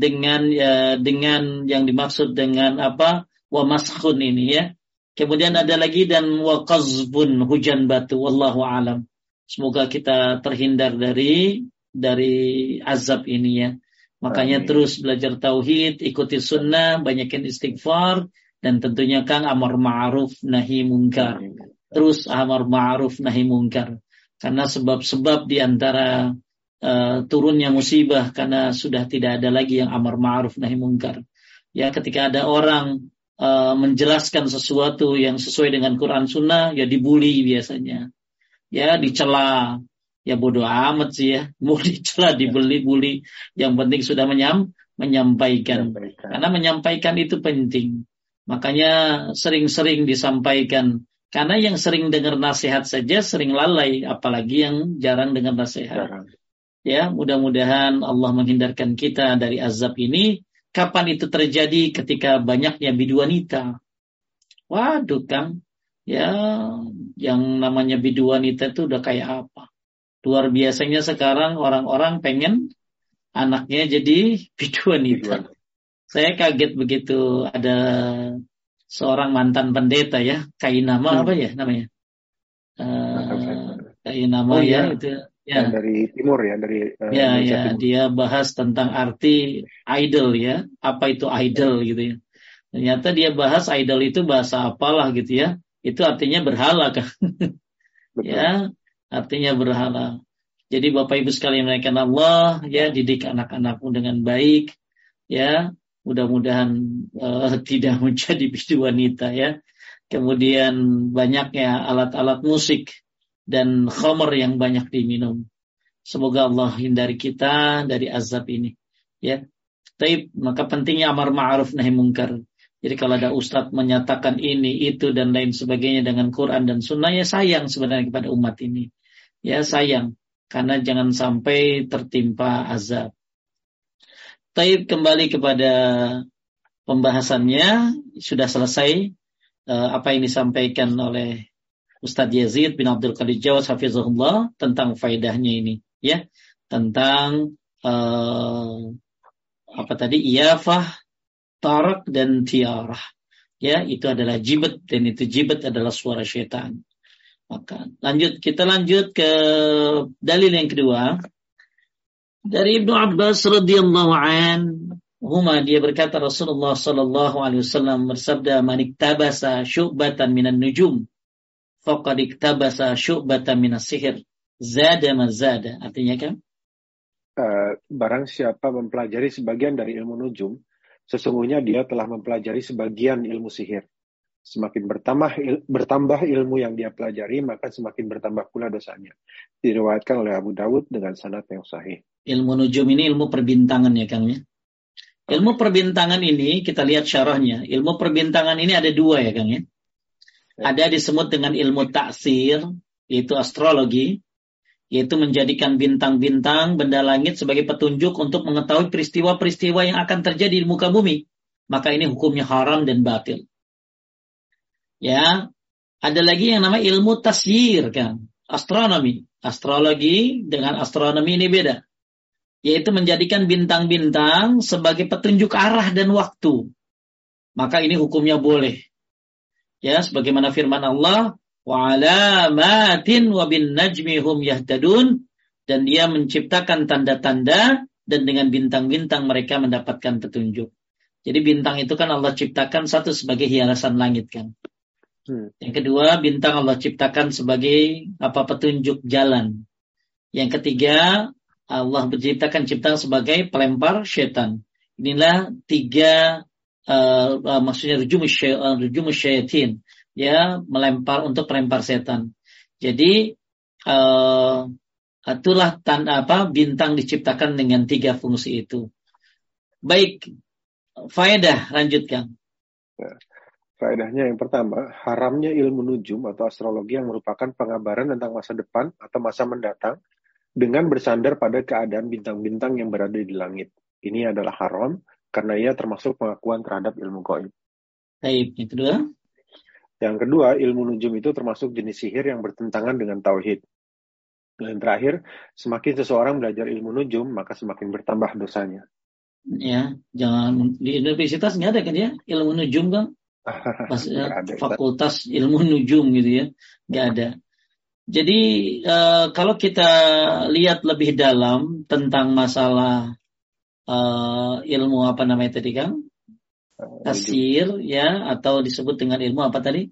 yang dimaksud dengan apa wa maskhun ini ya. Kemudian ada lagi dan wa qazbun, hujan batu, wallahu alam. Semoga kita terhindar dari azab ini ya. Makanya terus belajar tauhid, ikuti sunnah, banyakin istighfar, dan tentunya Kang amar ma'ruf nahi munkar. Terus amar ma'ruf nahi munkar. Karena sebab-sebab di antara turunnya musibah karena sudah tidak ada lagi yang amar ma'ruf nahi munkar. Ya, ketika ada orang menjelaskan sesuatu yang sesuai dengan Quran Sunnah, ya dibully biasanya. Ya, dicela. Ya bodoh amat sih ya. Mau dicela, dibully. Yang penting sudah menyampaikan. Karena menyampaikan itu penting. Makanya sering-sering disampaikan. Karena yang sering dengar nasihat saja sering lalai, apalagi yang jarang dengar nasihat. Ya, mudah-mudahan Allah menghindarkan kita dari azab ini. Kapan itu terjadi? Ketika banyaknya biduanita. Waduh Kang, ya yang namanya biduanita itu udah kayak apa? Luar biasanya sekarang orang-orang pengen anaknya jadi biduanita. Saya kaget begitu ada seorang mantan pendeta ya, Kainama apa ya namanya? Kainama ya itu. Ya.
Dari timur ya, dari
timur. Dia bahas tentang arti idol ya, apa itu idol gitu ya. Ternyata dia bahas idol itu bahasa apalah gitu ya. Itu artinya berhala kan. Ya, artinya berhala. Jadi Bapak Ibu sekalian menaikkan Allah ya, didik anak-anakmu dengan baik ya. Mudah-mudahan tidak menjadi bidu wanita ya. Kemudian banyaknya alat-alat musik dan khamar yang banyak diminum. Semoga Allah hindari kita dari azab ini. Ya. Taib, maka pentingnya amar ma'ruf nahi munkar. Jadi kalau ada ustadz menyatakan ini, itu dan lain sebagainya dengan Quran dan Sunnah, ya sayang sebenarnya kepada umat ini. Ya sayang, karena jangan sampai tertimpa azab. Taib, kembali kepada pembahasannya, sudah selesai apa yang disampaikan oleh Ustadz Yazid bin Abdul Qadir Jawas hafizahullah tentang faedahnya ini ya, tentang apa tadi, iyafah, tarak dan tiarah ya, itu adalah jibat, dan itu jibat adalah suara syaitan. Maka kita lanjut ke dalil yang kedua dari Ibnu Abbas radhiyallahu anhuma, dia berkata Rasulullah sallallahu alaihi wasallam bersabda, man iktabasa syu'batan minan nujum faqad iktabasa syu'batan minas sihir zada mazada. Artinya kan
barang siapa mempelajari sebagian dari ilmu nujum, sesungguhnya dia telah mempelajari sebagian ilmu sihir. Semakin bertambah ilmu yang dia pelajari, maka semakin bertambah pula dosanya. Diriwayatkan oleh Abu Dawud dengan sanad yang sahih.
Ilmu nujum ini ilmu perbintangan ya Kang ya. Ilmu perbintangan ini kita lihat syarahnya. Ilmu perbintangan ini ada dua ya Kang ya. Ada disebut dengan ilmu taksir, yaitu astrologi, yaitu menjadikan bintang-bintang, benda langit sebagai petunjuk untuk mengetahui peristiwa-peristiwa yang akan terjadi di muka bumi. Maka ini hukumnya haram dan batil. Ya, ada lagi yang namanya ilmu tasyir kan, astronomi. Astrologi dengan astronomi ini beda. Yaitu menjadikan bintang-bintang sebagai petunjuk arah dan waktu. Maka ini hukumnya boleh. Ya, sebagaimana firman Allah, wa alamatin wa bin najmi hum yahtadun, dan dia menciptakan tanda-tanda dan dengan bintang-bintang mereka mendapatkan petunjuk. Jadi bintang itu kan Allah ciptakan satu sebagai hiasan langit kan. Yang kedua, bintang Allah ciptakan sebagai petunjuk jalan. Yang ketiga, Allah menciptakan ciptaan sebagai pelempar syaitan. Inilah tiga maksudnya rujumus syaitin, ya, melempar untuk pelempar setan. Jadi itulah bintang diciptakan dengan tiga fungsi itu. Baik, faedah lanjutkan.
Faedahnya yang pertama, haramnya ilmu nujum atau astrologi yang merupakan pengabaran tentang masa depan atau masa mendatang dengan bersandar pada keadaan bintang-bintang yang berada di langit. Ini adalah haram karena ia termasuk pengakuan terhadap ilmu gaib.
Baik, yang kedua.
Yang kedua, ilmu nujum itu termasuk jenis sihir yang bertentangan dengan tauhid. Dan terakhir, semakin seseorang belajar ilmu nujum, maka semakin bertambah dosanya.
Ya, jangan di universitas nggak ada kan ya ilmu nujum kan? Fakultas ilmu nujum gitu ya, nggak ada. Jadi kalau kita lihat lebih dalam tentang masalah ilmu apa namanya tadi kan? Tasir ya, atau disebut dengan ilmu apa tadi?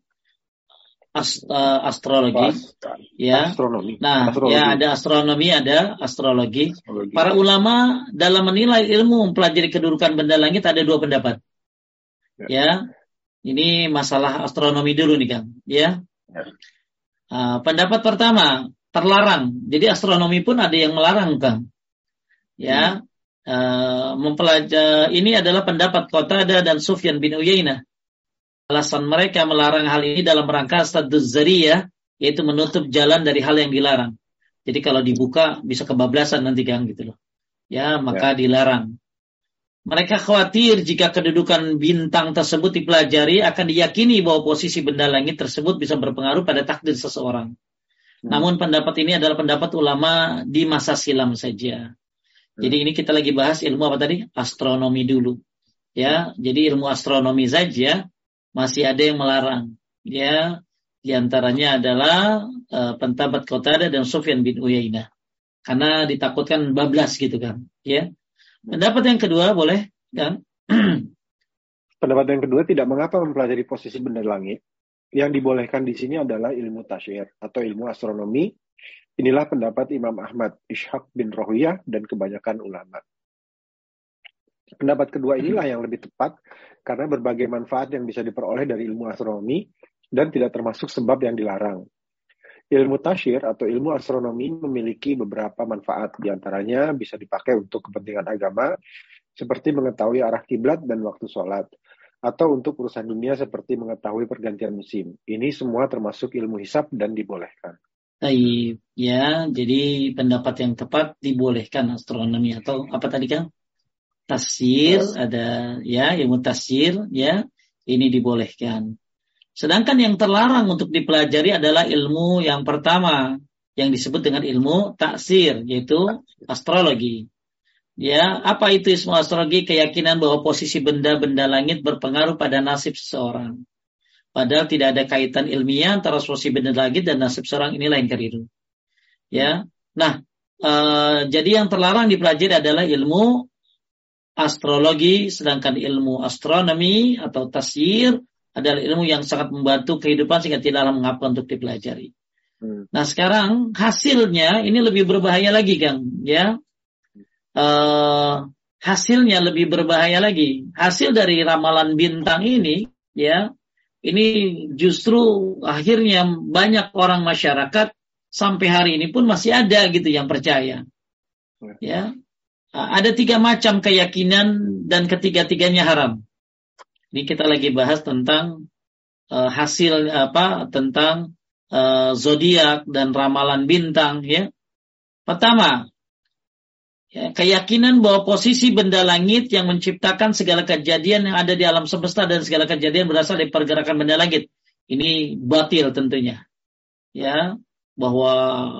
Astrologi, ya.
Astronomi.
Nah, astronomi. Ya ada astronomi, ada astrologi. Para ulama dalam menilai ilmu mempelajari kedudukan benda langit ada dua pendapat. Ya, ini masalah astronomi dulu nih Kang. Ya. Pendapat pertama terlarang. Jadi astronomi pun ada yang melarang Kang. Ya, mempelajari ini adalah pendapat Qatadah dan Sufyan bin Uyainah. Alasan mereka melarang hal ini dalam rangka status zariyah, yaitu menutup jalan dari hal yang dilarang. Jadi kalau dibuka bisa kebablasan nanti Kang gitu loh. Ya, maka dilarang. Mereka khawatir jika kedudukan bintang tersebut dipelajari akan diyakini bahwa posisi benda langit tersebut bisa berpengaruh pada takdir seseorang. Namun pendapat ini adalah pendapat ulama di masa silam saja. Jadi ini kita lagi bahas ilmu apa tadi? Astronomi dulu. Ya, jadi ilmu astronomi saja masih ada yang melarang. Ya, di antaranya adalah pendapat Qatadah dan Sufyan bin Uyainah. Karena ditakutkan bablas gitu kan, ya. Pendapat yang kedua boleh kan?
Pendapat yang kedua tidak mengapa mempelajari posisi benda langit. Yang dibolehkan di sini adalah ilmu tasyir atau ilmu astronomi. Inilah pendapat Imam Ahmad, Ishaq bin Rohiyah dan kebanyakan ulama. Pendapat kedua inilah yang lebih tepat karena berbagai manfaat yang bisa diperoleh dari ilmu astronomi dan tidak termasuk sebab yang dilarang. Ilmu tasyir atau ilmu astronomi memiliki beberapa manfaat, di antaranya bisa dipakai untuk kepentingan agama seperti mengetahui arah kiblat dan waktu sholat, atau untuk urusan dunia seperti mengetahui pergantian musim. Ini semua termasuk ilmu hisab dan dibolehkan.
Baik, ya, jadi pendapat yang tepat dibolehkan astronomi atau apa tadi Kang? Tafsir ada ya, ilmu tafsir ya, ini dibolehkan. Sedangkan yang terlarang untuk dipelajari adalah ilmu yang pertama yang disebut dengan ilmu taksir, yaitu astrologi. Ya, apa itu ilmu astrologi? Keyakinan bahwa posisi benda-benda langit berpengaruh pada nasib seseorang. Padahal tidak ada kaitan ilmiah antara posisi benda langit dan nasib seseorang, inilah yang keliru. Ya. Nah, jadi yang terlarang dipelajari adalah ilmu astrologi, sedangkan ilmu astronomi atau tasyir adalah ilmu yang sangat membantu kehidupan sehingga tidaklah mengapa untuk dipelajari. Nah sekarang hasilnya ini lebih berbahaya lagi Kang, ya. Hasilnya lebih berbahaya lagi. Hasil dari ramalan bintang ini, ya, ini justru akhirnya banyak orang masyarakat sampai hari ini pun masih ada gitu yang percaya, ya. Ada 3 macam keyakinan dan ketiga-tiganya haram. Ini kita lagi bahas tentang hasil tentang zodiak dan ramalan bintang ya. Pertama, ya, keyakinan bahwa posisi benda langit yang menciptakan segala kejadian yang ada di alam semesta dan segala kejadian berasal dari pergerakan benda langit. Ini batil tentunya. Ya, bahwa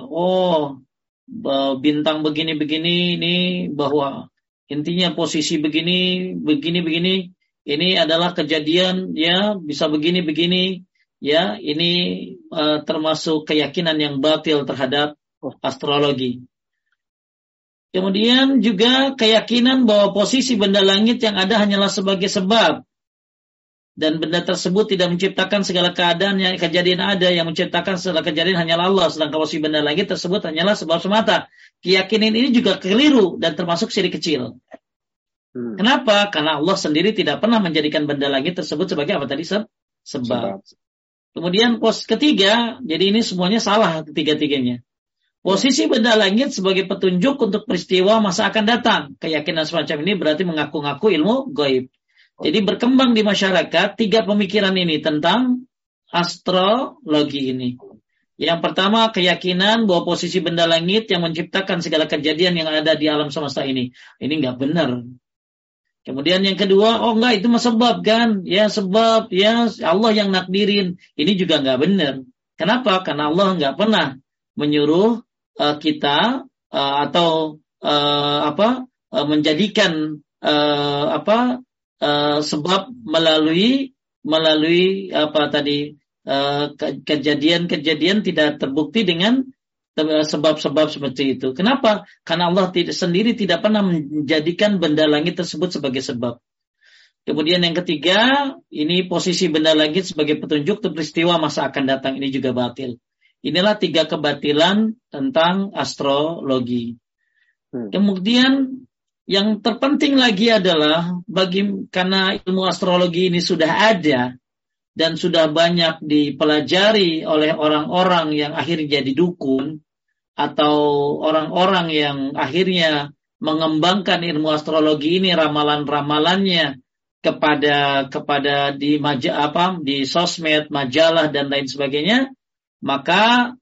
bintang begini-begini ini bahwa intinya posisi begini ini adalah kejadian ya bisa begini-begini ya ini termasuk keyakinan yang batil terhadap astrologi. Kemudian juga keyakinan bahwa posisi benda langit yang ada hanyalah sebagai sebab, dan benda tersebut tidak menciptakan segala keadaan yang kejadian ada, yang menciptakan segala kejadian hanyalah Allah, sedangkan posisi benda langit tersebut hanyalah sebab semata. Keyakinan ini juga keliru dan termasuk syirik kecil. Kenapa? Karena Allah sendiri tidak pernah menjadikan benda langit tersebut sebagai apa tadi? Sebab. Kemudian ketiga, jadi ini semuanya salah ketiga-tiganya. Posisi benda langit sebagai petunjuk untuk peristiwa masa akan datang. Keyakinan semacam ini berarti mengaku-ngaku ilmu gaib. Jadi berkembang di masyarakat 3 pemikiran ini tentang astrologi ini. Yang pertama, keyakinan bahwa posisi benda langit yang menciptakan segala kejadian yang ada di alam semesta ini. Ini nggak benar. Kemudian yang kedua, oh enggak, itu mah sebab kan? Ya sebab, ya Allah yang nakdirin. Ini juga nggak benar. Kenapa? Karena Allah nggak pernah menyuruh kita atau menjadikan sebab melalui kejadian-kejadian tidak terbukti dengan sebab-sebab seperti itu. Kenapa? Karena Allah sendiri tidak pernah menjadikan benda langit tersebut sebagai sebab. Kemudian yang ketiga, ini posisi benda langit sebagai petunjuk untuk peristiwa masa akan datang. Ini juga batil. Inilah 3 kebatilan tentang astrologi. Kemudian yang terpenting lagi adalah karena ilmu astrologi ini sudah ada dan sudah banyak dipelajari oleh orang-orang yang akhirnya jadi dukun atau orang-orang yang akhirnya mengembangkan ilmu astrologi ini, ramalan-ramalannya kepada di sosmed, majalah dan lain sebagainya. Maka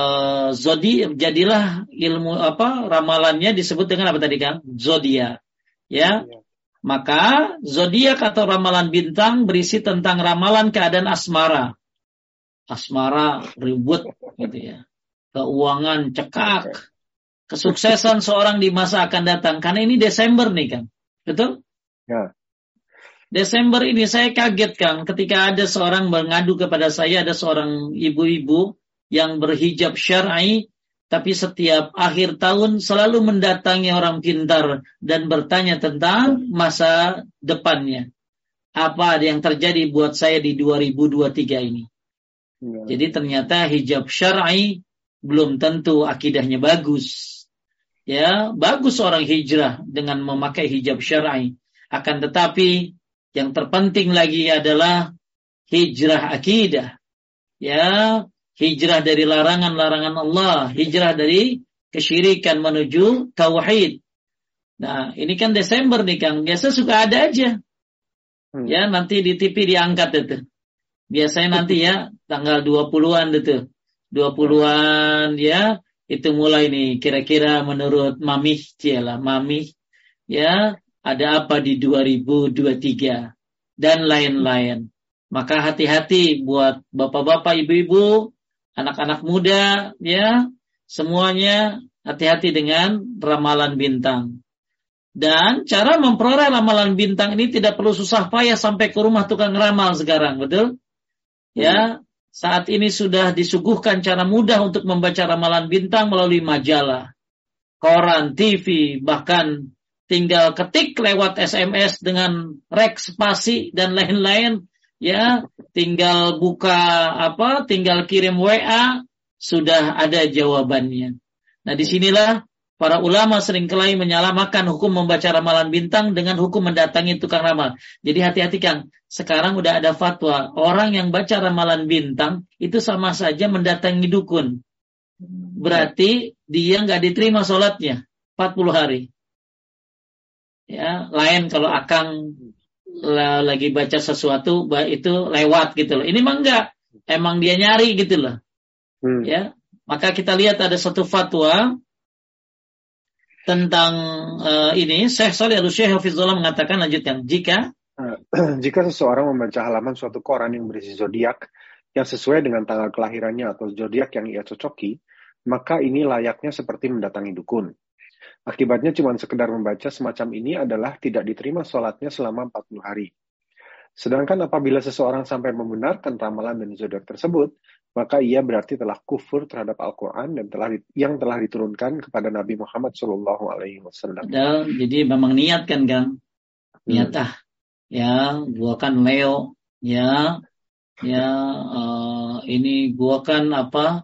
jadilah ilmu ramalannya disebut dengan apa tadi kan? Zodiak. Ya. Maka zodiak atau ramalan bintang berisi tentang ramalan keadaan asmara. Asmara ribut gitu ya. Keuangan cekak. Kesuksesan seorang di masa akan datang. Karena ini Desember nih kan. Betul? Ya. Desember ini saya kaget Kang ketika ada seorang mengadu kepada saya, ada seorang ibu-ibu yang berhijab syar'i tapi setiap akhir tahun selalu mendatangi orang pintar dan bertanya tentang masa depannya. Apa yang terjadi buat saya di 2023 ini? Ya. Jadi ternyata hijab syar'i belum tentu akidahnya bagus. Ya, bagus orang hijrah dengan memakai hijab syar'i. Akan tetapi yang terpenting lagi adalah hijrah akidah. Ya, hijrah dari larangan-larangan Allah, hijrah dari kesyirikan menuju tauhid. Nah, ini kan Desember nih Kang. Biasa suka ada aja. Ya, nanti di TV diangkat itu. Biasanya nanti ya tanggal 20-an itu. 20-an ya, itu mulai nih kira-kira menurut Mamih ya, ada apa di 2023 dan lain-lain. Maka hati-hati buat bapak-bapak, ibu-ibu, anak-anak muda, ya, semuanya hati-hati dengan ramalan bintang. Dan cara memperoleh ramalan bintang ini tidak perlu susah payah sampai ke rumah tukang ramal sekarang, betul? Ya, saat ini sudah disuguhkan cara mudah untuk membaca ramalan bintang melalui majalah, koran, TV, bahkan tinggal ketik lewat SMS dengan rek spasi dan lain-lain, ya, tinggal tinggal kirim WA, sudah ada jawabannya. Nah, disinilah para ulama seringkali menyamakan hukum membaca ramalan bintang dengan hukum mendatangi tukang ramal. Jadi hati-hati Kang, sekarang udah ada fatwa, orang yang baca ramalan bintang itu sama saja mendatangi dukun. Berarti dia nggak diterima sholatnya 40 hari. Ya, lain kalau Akang lagi baca sesuatu itu lewat gitu loh. Ini mah enggak, emang dia nyari gitu loh. Ya, maka kita lihat ada satu fatwa tentang ini. Syekh Shalih Al-Syekh Hafizullah mengatakan, lanjutkan, jika
seseorang membaca halaman suatu koran yang berisi zodiak yang sesuai dengan tanggal kelahirannya atau zodiak yang ia cocoki, maka ini layaknya seperti mendatangi dukun. Akibatnya cuma sekedar membaca semacam ini adalah tidak diterima sholatnya selama 40 hari. Sedangkan apabila seseorang sampai membenarkan ramalan dan zodiak tersebut, maka ia berarti telah kufur terhadap Al-Quran dan yang telah diturunkan kepada Nabi Muhammad SAW.
Jadi memang niat kan, Kang? Niat ya, gua kan Leo, ya, ini gua kan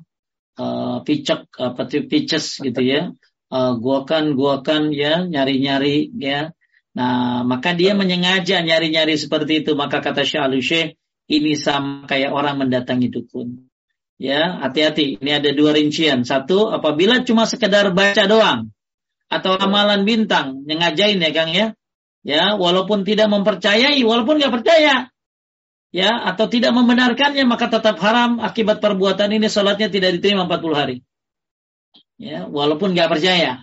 Pisces gitu ya. Gua kan ya nyari-nyari ya. Nah, maka dia menyengaja nyari-nyari seperti itu. Maka kata Syekh Al-Syekh, ini sama kayak orang mendatangi dukun. Ya, hati-hati. Ini ada 2 rincian. 1, apabila cuma sekedar baca doang atau ramalan bintang, nyengajain ya Kang ya. Ya, walaupun tidak mempercayai, walaupun nggak percaya, ya, atau tidak membenarkannya, maka tetap haram. Akibat perbuatan ini salatnya tidak diterima 40 hari. Ya, walaupun nggak percaya.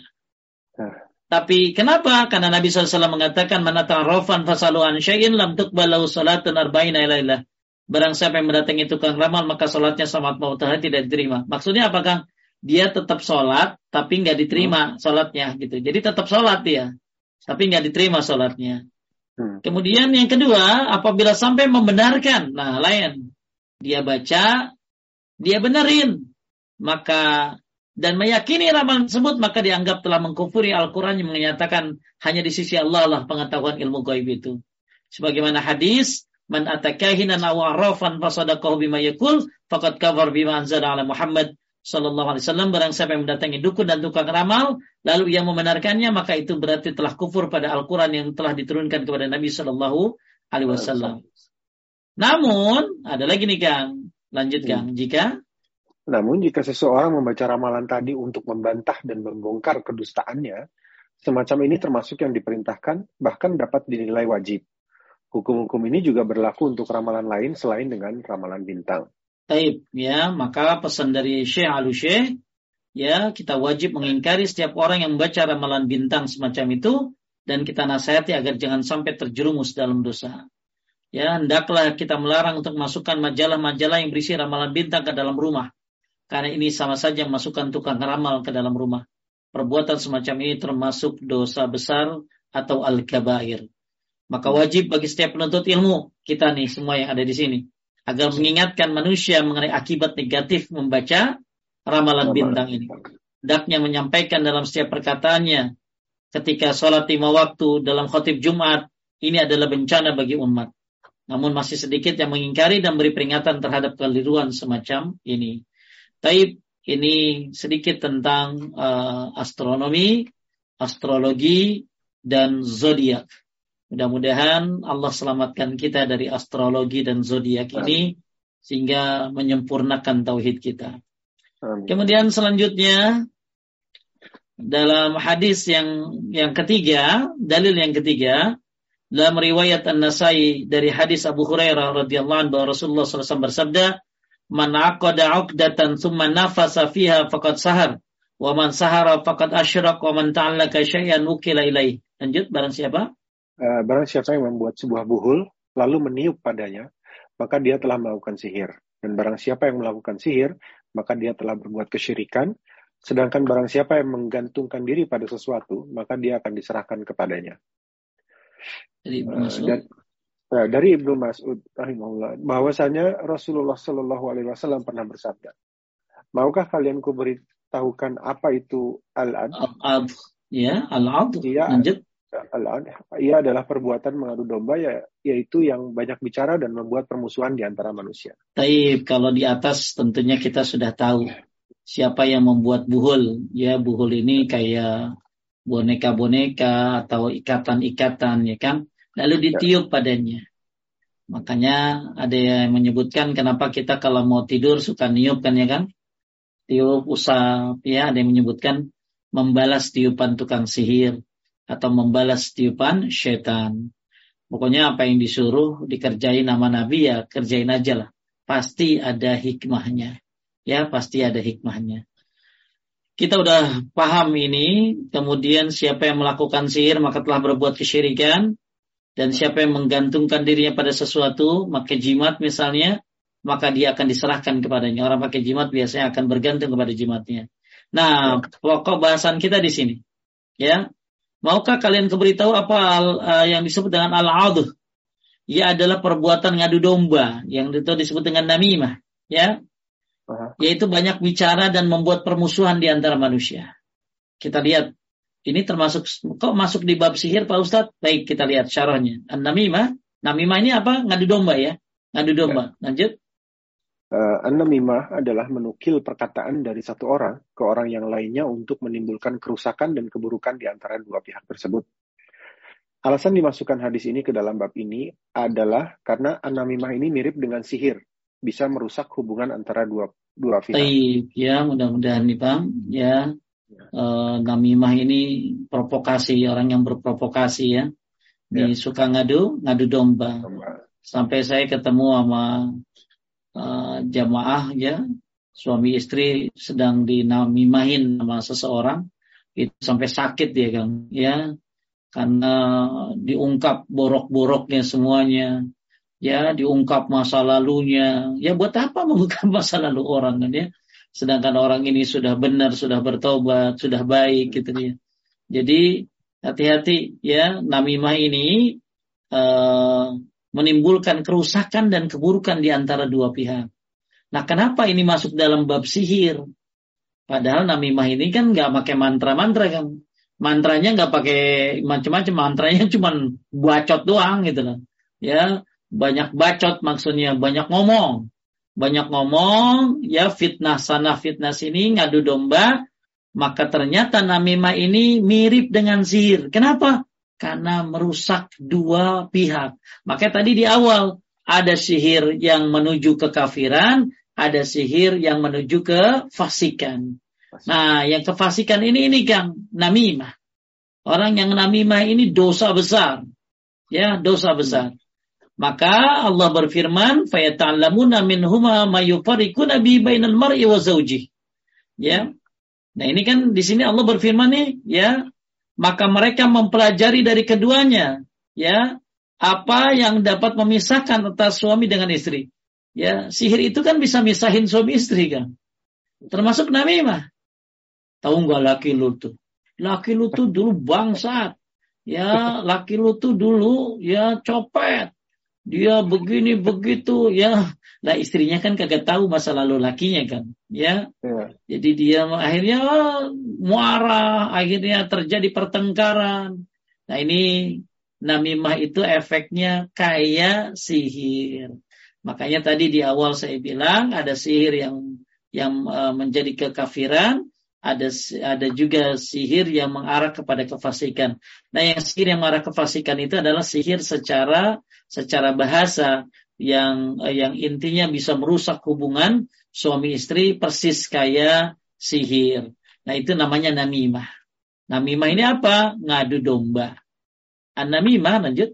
Tapi kenapa? Karena Nabi SAW mengatakan, man atarafan fasalu an syai'in lam tuqbalu salatun arba'ina ilailah. Barang siapa yang mendatangi tukang ramal, maka salatnya selamat maut tidak diterima. Maksudnya apa, Kang? Dia tetap salat, tapi nggak diterima salatnya gitu. Jadi tetap salat dia, tapi nggak diterima salatnya. Kemudian yang kedua, apabila sampai membenarkan, nah lain, dia baca, dia benerin, maka dan meyakini ramalan tersebut, maka dianggap telah mengkufuri Al-Quran yang menyatakan hanya di sisi Allah lah pengetahuan ilmu gaib itu. Sebagaimana hadis, man atakahinan aw arrafan fasadaqahu bima yaqul faqad kafar bima anzala ala Muhammad sallallahu alaihi wasallam. Barang siapa yang mendatangi dukun dan tukang ramal lalu ia membenarkannya, maka itu berarti telah kufur pada Al-Quran yang telah diturunkan kepada Nabi sallallahu alaihi wasallam. Namun ada lagi nih Kang, lanjut Kang.
Namun jika seseorang membaca ramalan tadi untuk membantah dan membongkar kedustaannya, semacam ini termasuk yang diperintahkan, bahkan dapat dinilai wajib. Hukum-hukum ini juga berlaku untuk ramalan lain selain dengan ramalan bintang.
Baik, ya, maka pesan dari Syekh Al-Syekh, ya, kita wajib mengingkari setiap orang yang membaca ramalan bintang semacam itu, dan kita nasihati agar jangan sampai terjerumus dalam dosa. Ya, hendaklah kita melarang untuk masukkan majalah-majalah yang berisi ramalan bintang ke dalam rumah. Karena ini sama saja masukkan tukang ramal ke dalam rumah. Perbuatan semacam ini termasuk dosa besar atau al-kabair. Maka wajib bagi setiap penuntut ilmu, kita nih semua yang ada di sini, agar mengingatkan manusia mengenai akibat negatif membaca ramalan bintang ini. Hendaknya menyampaikan dalam setiap perkataannya, ketika sholat 5 waktu dalam khutbah Jumat, ini adalah bencana bagi umat. Namun masih sedikit yang mengingkari dan beri peringatan terhadap keliruan semacam ini. Taib, ini sedikit tentang astronomi, astrologi, dan zodiak. Mudah-mudahan Allah selamatkan kita dari astrologi dan zodiak ini sehingga menyempurnakan tauhid kita. Kemudian selanjutnya dalam hadis yang ketiga, dalil yang ketiga, dalam riwayat An-Nasai dari hadis Abu Hurairah radhiyallahu anhu bahwa Rasulullah SAW bersabda, man aqada 'uqdatan thumma nafasa fiha faqad sahar wa man sahara faqad asyrak wa man ta'allaka syai'an wukila ilaih. Lanjut, barang siapa
yang membuat sebuah buhul lalu meniup padanya, maka dia telah melakukan sihir. Dan barang siapa yang melakukan sihir, maka dia telah berbuat kesyirikan. Sedangkan barang siapa yang menggantungkan diri pada sesuatu, maka dia akan diserahkan kepadanya. Dari Ibnu Mas'ud rahimahullah, bahwasanya Rasulullah Shallallahu Alaihi Wasallam pernah bersabda, maukah kalian kuberitahukan apa itu al-ad?
Al-ad, ya, al-ad. Lanjut.
Al-ad, ia adalah perbuatan mengadu domba, yaitu yang banyak bicara dan membuat permusuhan di antara manusia.
Taib, kalau di atas tentunya kita sudah tahu siapa yang membuat buhul. Ya, buhul ini kayak boneka-boneka atau ikatan-ikatan, ya kan? Lalu ditiup padanya. Makanya ada yang menyebutkan kenapa kita kalau mau tidur suka niup kan, ya kan? Tiup, usap, ya, ada yang menyebutkan membalas tiupan tukang sihir atau membalas tiupan syaitan. Pokoknya apa yang disuruh dikerjain nama Nabi, ya kerjain aja lah. Pasti ada hikmahnya. Ya, pasti ada hikmahnya. Kita udah paham ini. Kemudian siapa yang melakukan sihir maka telah berbuat kesyirikan. Dan siapa yang menggantungkan dirinya pada sesuatu, maka jimat misalnya, maka dia akan diserahkan kepadanya. Orang pakai jimat biasanya akan bergantung kepada jimatnya. Nah, pokok bahasan kita di sini. Ya, maukah kalian kuberitahu apa yang disebut dengan al-'adh? ia adalah perbuatan ngadu domba yang itu disebut dengan namimah, ya. Yaitu banyak bicara dan membuat permusuhan di antara manusia. Kita lihat ini termasuk kok masuk di bab sihir Pak Ustadz? Baik, kita lihat syarahnya. An-namimah, namimah ini apa? Ngadu domba ya. Ngadu domba. Lanjut.
An-namimah adalah menukil perkataan dari satu orang ke orang yang lainnya untuk menimbulkan kerusakan dan keburukan di antara dua pihak tersebut. Alasan dimasukkan hadis ini ke dalam bab ini adalah karena an-namimah ini mirip dengan sihir, bisa merusak hubungan antara dua pihak.
Baik, ya mudah-mudahan nih Bang, ya. Namimah ini provokasi, orang yang berprovokasi ya. Suka ngadu domba. Sampai saya ketemu sama jamaah ya, suami istri sedang dinamimahin sama seseorang, itu sampai sakit ya Kang, ya. Karena diungkap borok-boroknya semuanya, ya, diungkap masa lalunya. Ya buat apa mengungkap masa lalu orang kan ya? Sedangkan orang ini sudah benar, sudah bertobat, sudah baik gitu ya. Jadi hati-hati ya, namimah ini menimbulkan kerusakan dan keburukan di antara dua pihak. Nah, kenapa ini masuk dalam bab sihir? Padahal namimah ini kan nggak pakai mantra-mantra kan. Mantranya nggak pakai macam-macam, mantranya cuma bacot doang gitu loh. Ya, banyak bacot maksudnya, banyak ngomong, ya, fitnah sana fitnah sini, ngadu domba. Maka ternyata namimah ini mirip dengan sihir. Kenapa? Karena merusak dua pihak. Maka tadi di awal ada sihir yang menuju ke kafiran, ada sihir yang menuju ke fasikan. Nah, yang kefasikan ini Kang, namimah. Orang yang namimah ini dosa besar. Ya, dosa besar. Maka Allah berfirman, "Fayata'allamuna minhuma ma yufarriquna bi bainal mar'i wa zawjihi." Ya. Nah, ini kan di sini Allah berfirman nih, ya. Maka mereka mempelajari dari keduanya, ya, apa yang dapat memisahkan antara suami dengan istri. Ya, sihir itu kan bisa misahin suami istri kan. Termasuk namimah. Tahu enggak laki lu tuh? Laki lu tuh dulu bangsat. Ya, laki lu tuh dulu ya copet. Dia begini begitu ya. Lah istrinya kan kagak tahu masa lalu lakinya kan, ya. Jadi dia akhirnya marah, akhirnya terjadi pertengkaran. Nah, ini namimah itu efeknya kayak sihir. Makanya tadi di awal saya bilang ada sihir yang menjadi kekafiran, ada juga sihir yang mengarah kepada kefasikan. Nah, yang sihir yang mengarah kefasikan itu adalah sihir secara bahasa yang intinya bisa merusak hubungan suami istri persis kayak sihir. Nah, itu namanya namimah. Namimah ini apa? Ngadu domba. An-namimah, lanjut.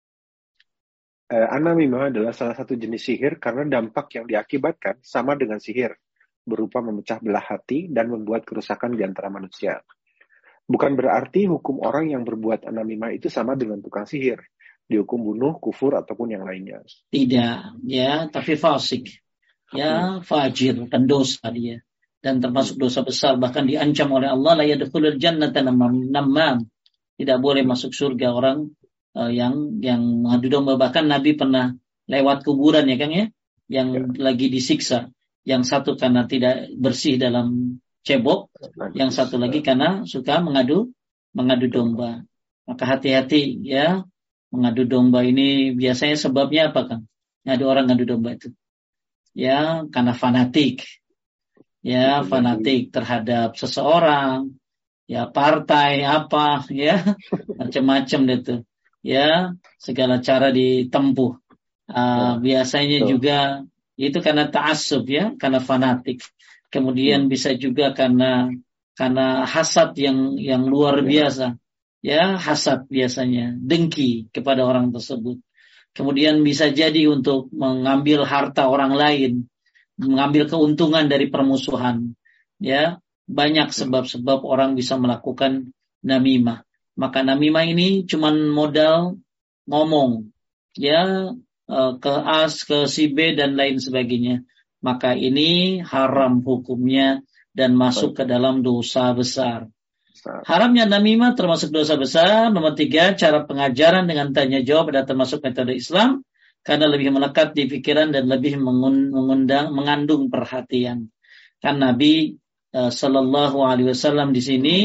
An-namimah adalah salah satu jenis sihir karena dampak yang diakibatkan sama dengan sihir, berupa memecah belah hati dan membuat kerusakan di antara manusia. Bukan berarti hukum orang yang berbuat an-namimah itu sama dengan tukang sihir, dihukum bunuh, kufur, ataupun yang lainnya.
Tidak, ya, tapi fasik. Ya, fajir, pendosa dia. Dan termasuk dosa besar, bahkan diancam oleh Allah, la yadkhulul jannata namam. Tidak boleh masuk surga orang yang mengadu domba. Bahkan Nabi pernah lewat kuburan ya Kang ya, yang lagi disiksa. Yang satu karena tidak bersih dalam cebok, yang satu lagi karena suka mengadu domba. Maka hati-hati ya, mengadu domba ini biasanya sebabnya apa Kang? Ada orang ngadu domba itu. Ya, karena fanatik. Ya, fanatik terhadap seseorang, ya partai apa, ya macam-macam itu. Ya, segala cara ditempuh. Biasanya juga itu karena ta'assub ya, karena fanatik. Kemudian bisa juga karena hasad yang luar biasa. Ya, hasad biasanya, dengki kepada orang tersebut. Kemudian bisa jadi untuk mengambil harta orang lain, mengambil keuntungan dari permusuhan. Ya, banyak sebab-sebab orang bisa melakukan namimah. Maka namimah ini cuma modal ngomong, ya, ke A, ke si B dan lain sebagainya. Maka ini haram hukumnya dan masuk ke dalam dosa besar. Haramnya namimah termasuk dosa besar. Nomor 3, cara pengajaran dengan tanya jawab adalah termasuk metode Islam karena lebih melekat di pikiran dan lebih mengandung perhatian. Kan Nabi Sallallahu Alaihi Wasallam di sini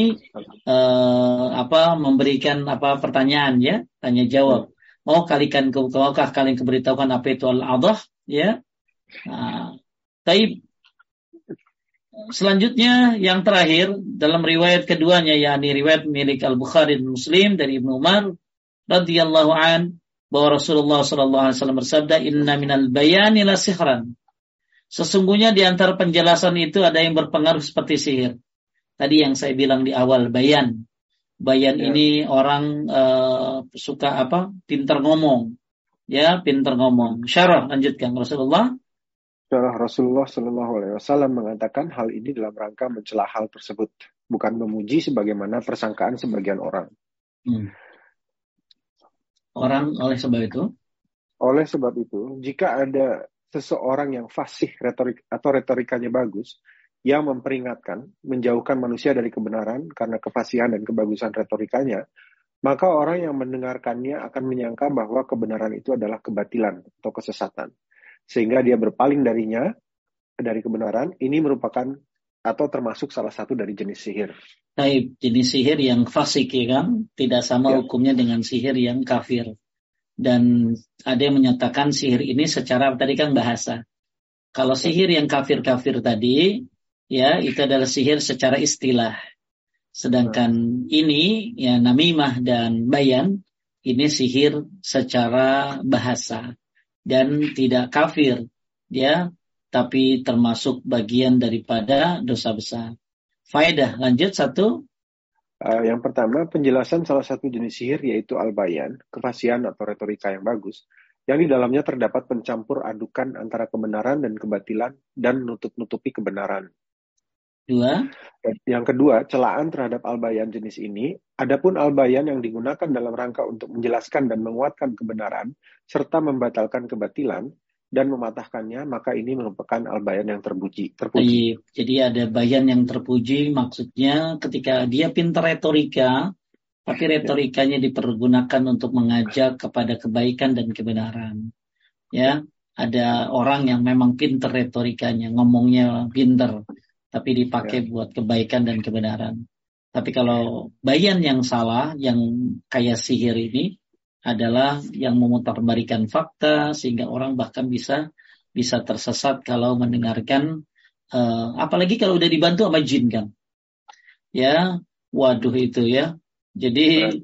memberikan pertanyaan ya, tanya jawab. Maukah kalian keberitahukan apa itu al-adah ya? Taib. Selanjutnya yang terakhir dalam riwayat keduanya, yakni riwayat milik Al-Bukhari dan Muslim dari Ibnu Umar radhiyallahu an, bahwa Rasulullah sallallahu alaihi wasallam bersabda, "Inna minal bayani la sihran." Sesungguhnya di antara penjelasan itu ada yang berpengaruh seperti sihir. Tadi yang saya bilang di awal, bayan. Bayan ini orang suka pintar ngomong. Ya, pintar ngomong. Syarah, lanjutkan Rasulullah.
Rasulullah Shallallahu Alaihi Wasallam mengatakan hal ini dalam rangka mencela hal tersebut, bukan memuji sebagaimana persangkaan sebagian orang.
Oleh sebab itu, jika ada seseorang yang fasih retorikanya bagus, yang memperingatkan, menjauhkan manusia dari kebenaran karena kefasihan dan kebagusan retorikanya, maka orang yang mendengarkannya akan menyangka bahwa kebenaran itu adalah kebatilan atau kesesatan. Sehingga dia berpaling dari kebenaran. Ini merupakan atau termasuk salah satu dari jenis sihir. Baik, jenis sihir yang fasik ya kan, tidak sama hukumnya dengan sihir yang kafir. Dan ada yang menyatakan sihir ini secara tadi kan bahasa. Kalau sihir yang kafir-kafir tadi, ya itu adalah sihir secara istilah. Sedangkan ini ya namimah dan bayan, ini sihir secara bahasa dan tidak kafir, ya, tapi termasuk bagian daripada dosa besar. Faedah, lanjut 1.
Yang pertama, penjelasan salah satu jenis sihir yaitu al-bayan, kefasihan atau retorika yang bagus, yang di dalamnya terdapat pencampur adukan antara kebenaran dan kebatilan dan nutup-nutupi kebenaran.
2.
Yang kedua, celaan terhadap al-bayan jenis ini. Adapun al-bayan yang digunakan dalam rangka untuk menjelaskan dan menguatkan kebenaran serta membatalkan kebatilan dan mematahkannya, maka ini merupakan al-bayan yang terpuji.
Jadi ada bayan yang terpuji, maksudnya ketika dia pintar retorika, tapi retorikanya dipergunakan untuk mengajak kepada kebaikan dan kebenaran. Ya, ada orang yang memang pintar retorikanya, ngomongnya pintar, tapi dipakai buat kebaikan dan kebenaran. Tapi kalau bayan yang salah, yang kayak sihir ini, adalah yang memutarbalikan fakta sehingga orang bahkan bisa tersesat kalau mendengarkan, apalagi kalau udah dibantu sama jin kan, ya, waduh itu ya. Jadi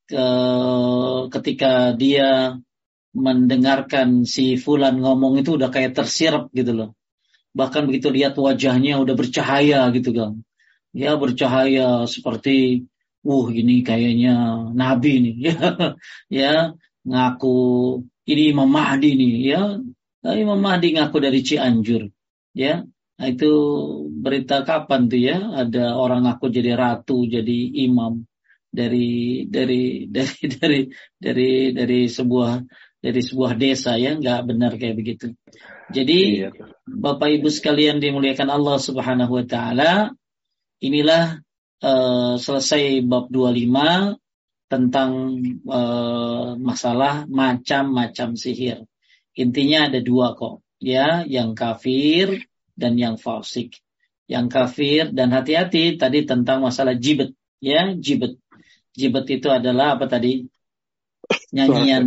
ketika dia mendengarkan si fulan ngomong itu udah kayak tersirap gitu loh. Bahkan begitu lihat wajahnya udah bercahaya gitu kan, ya bercahaya seperti ini kayaknya Nabi nih, ya ngaku ini Imam Mahdi nih, ya Imam Mahdi ngaku dari Cianjur, ya. Nah, itu berita kapan tuh ya? Ada orang ngaku jadi ratu, jadi imam dari sebuah desa, ya, nggak benar kayak begitu. Jadi Bapak Ibu sekalian dimuliakan Allah Subhanahu Wa Taala, inilah selesai bab 25 tentang masalah macam-macam sihir. Intinya ada 2 kok, ya, yang kafir dan yang fasik. Yang kafir, dan hati-hati tadi tentang masalah jibet, ya, jibet. Jibet itu adalah apa tadi? Nyanyian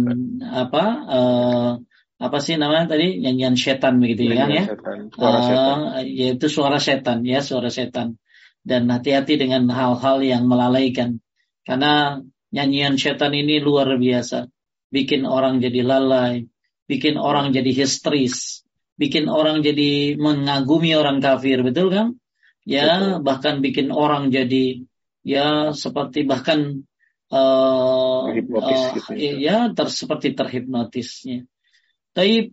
apa sih namanya tadi? Nyanyian setan begitu ya, ya. Yaitu suara setan, ya, suara setan. Dan hati-hati dengan hal-hal yang melalaikan. Karena nyanyian setan ini luar biasa. Bikin orang jadi lalai. Bikin orang jadi histeris. Bikin orang jadi mengagumi orang kafir. Betul kan? Ya, bahkan bikin orang jadi, ya, seperti bahkan seperti terhipnotisnya. Tapi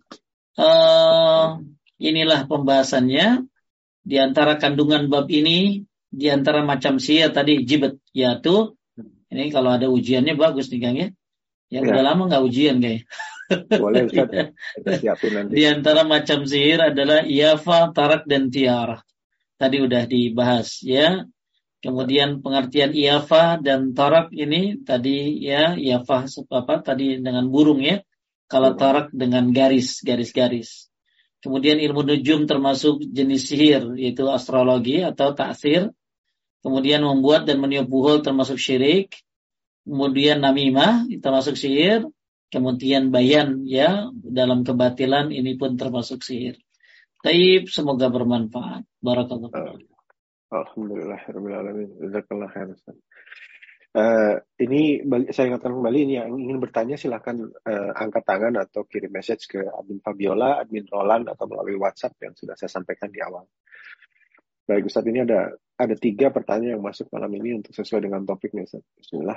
inilah pembahasannya. Di antara kandungan bab ini, di antara macam sihir tadi jibet, ya tuh. Ini kalau ada ujiannya bagus nih Kang ya. Ya udah lama nggak ujian kayak.
Boleh Ustaz. Siapin nanti.
Di antara macam sihir adalah iyafa, tarak dan tiarah. Tadi udah dibahas ya. Kemudian pengertian iyafa dan tarak ini tadi ya, iyafa tadi dengan burung ya. Kalau tarak dengan garis-garis. Kemudian ilmu nujum termasuk jenis sihir, yaitu astrologi atau taksir. Kemudian membuat dan meniup buhul termasuk syirik. Kemudian namimah termasuk sihir. Kemudian bayan ya, dalam kebatilan ini pun termasuk sihir. Taib, semoga bermanfaat. Barakallahu.
Alhamdulillah, rabbil alamin. Jazakallah khair, Ustaz. Ini saya ingatkan kembali, ini yang ingin bertanya silahkan angkat tangan atau kirim message ke admin Fabiola, admin Roland, atau melalui WhatsApp yang sudah saya sampaikan di awal. Baik Ustaz, ini ada 3 pertanyaan yang masuk malam ini untuk sesuai dengan topiknya Ustaz. Bismillah.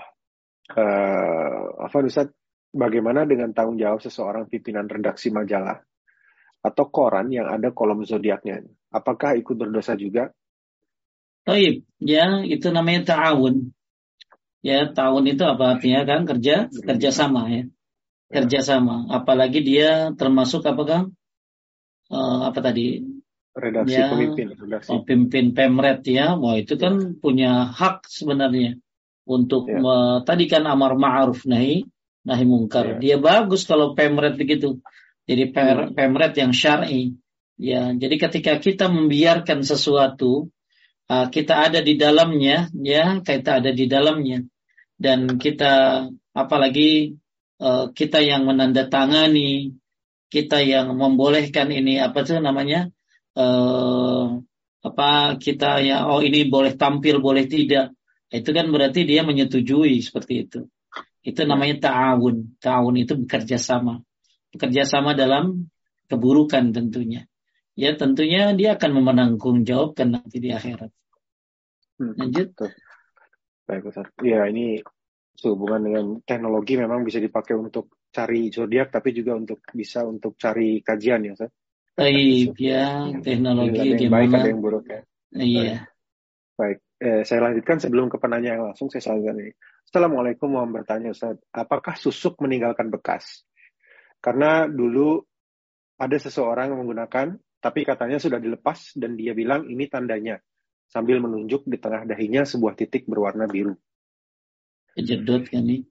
Ustaz, bagaimana dengan tanggung jawab seseorang pimpinan redaksi majalah atau koran yang ada kolom zodiaknya? Apakah ikut berdosa juga?
Taib, ya itu namanya ta'awun. Ya, ta'awun itu apa artinya kan? Kerjasama ya. Kerjasama. Apalagi dia termasuk apakah? Apa tadi?
Redaksi ya, pemimpin.
Pemimpin Pemret ya. Wah itu kan punya hak sebenarnya. Untuk tadi kan amar ma'ruf nahi mungkar. Dia bagus kalau Pemret begitu. Jadi Pemret yang syar'i. Ya, jadi ketika kita membiarkan sesuatu, kita ada di dalamnya, ya, kita ada di dalamnya, dan kita apalagi kita yang menandatangani, kita yang membolehkan ini apa tuh namanya, kita ya, ini boleh tampil, boleh tidak, itu kan berarti dia menyetujui seperti itu. Itu namanya ta'awun. Ta'awun itu bekerja sama dalam keburukan tentunya. Ya tentunya dia akan menanggung jawabkan nanti di akhirat. Lanjut.
Baik Ustaz. Ya ini sehubungan dengan teknologi memang bisa dipakai untuk cari zodiak, tapi juga bisa untuk cari kajian ya Ustaz.
Baik ya, teknologi
ada yang
gimana?
Baik ada yang buruk ya.
Iya.
Baik. Saya lanjutkan sebelum ke penanya yang langsung, saya lanjutkan ini. Assalamualaikum, mohon bertanya Ustaz, apakah susuk meninggalkan bekas? Karena dulu ada seseorang yang menggunakan, tapi katanya sudah dilepas dan dia bilang ini tandanya, sambil menunjuk di tengah dahinya sebuah titik berwarna biru.
Kejedot kan nih.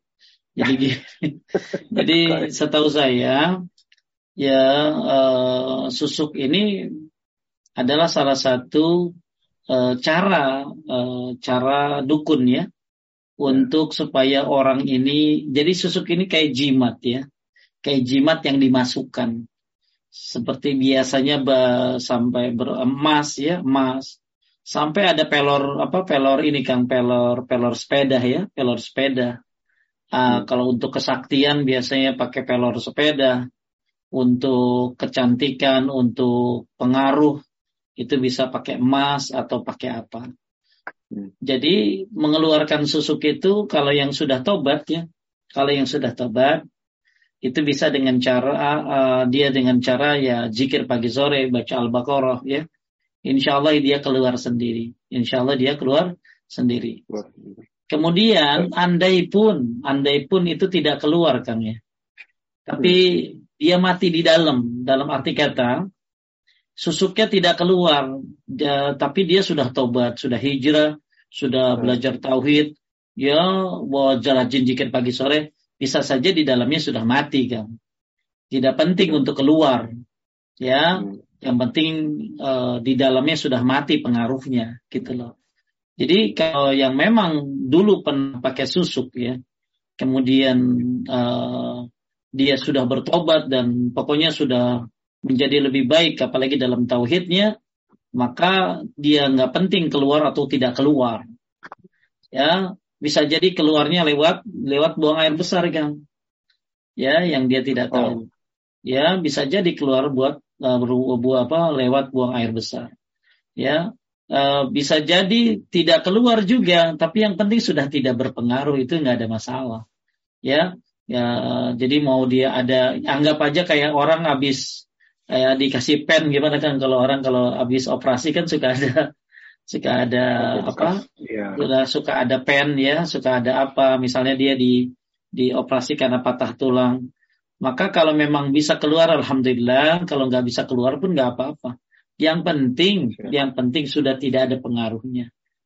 Jadi setahu saya ya susuk ini adalah salah satu cara dukun ya untuk supaya orang ini, jadi susuk ini kayak jimat ya. Kayak jimat yang dimasukkan. Seperti biasanya sampai emas ya, emas. Sampai ada pelor ini Kang, pelor sepeda ya, pelor sepeda. Kalau untuk kesaktian biasanya pakai pelor sepeda. Untuk kecantikan, untuk pengaruh itu bisa pakai emas atau pakai apa. Jadi mengeluarkan susuk itu kalau yang sudah tobat ya, itu bisa dengan cara ya zikir pagi sore, baca Al-Baqarah ya. Insya Allah dia keluar sendiri. Kemudian andai pun itu tidak keluar Kang ya. Tapi dia mati di dalam arti kata susuknya tidak keluar, tapi dia sudah tobat, sudah hijrah, sudah belajar tauhid, ya rajin zikir pagi sore. Bisa saja di dalamnya sudah mati kan. Tidak penting untuk keluar. Ya, yang penting di dalamnya sudah mati pengaruhnya gitu loh. Jadi kalau yang memang dulu pernah pakai susuk ya, kemudian dia sudah bertobat dan pokoknya sudah menjadi lebih baik apalagi dalam tauhidnya, maka dia nggak penting keluar atau tidak keluar. Ya, bisa jadi keluarnya lewat buang air besar kan, ya yang dia tidak tahu. Ya bisa jadi keluar lewat buang air besar. Ya bisa jadi tidak keluar juga, tapi yang penting sudah tidak berpengaruh, itu nggak ada masalah. Ya jadi mau dia ada, anggap aja kayak orang habis dikasih pen gimana kan, kalau habis operasi kan suka ada suka ada pen ya, suka ada apa, misalnya dia dioperasi karena patah tulang, maka kalau memang bisa keluar alhamdulillah, kalau nggak bisa keluar pun nggak apa-apa. Yang penting sudah tidak ada pengaruhnya.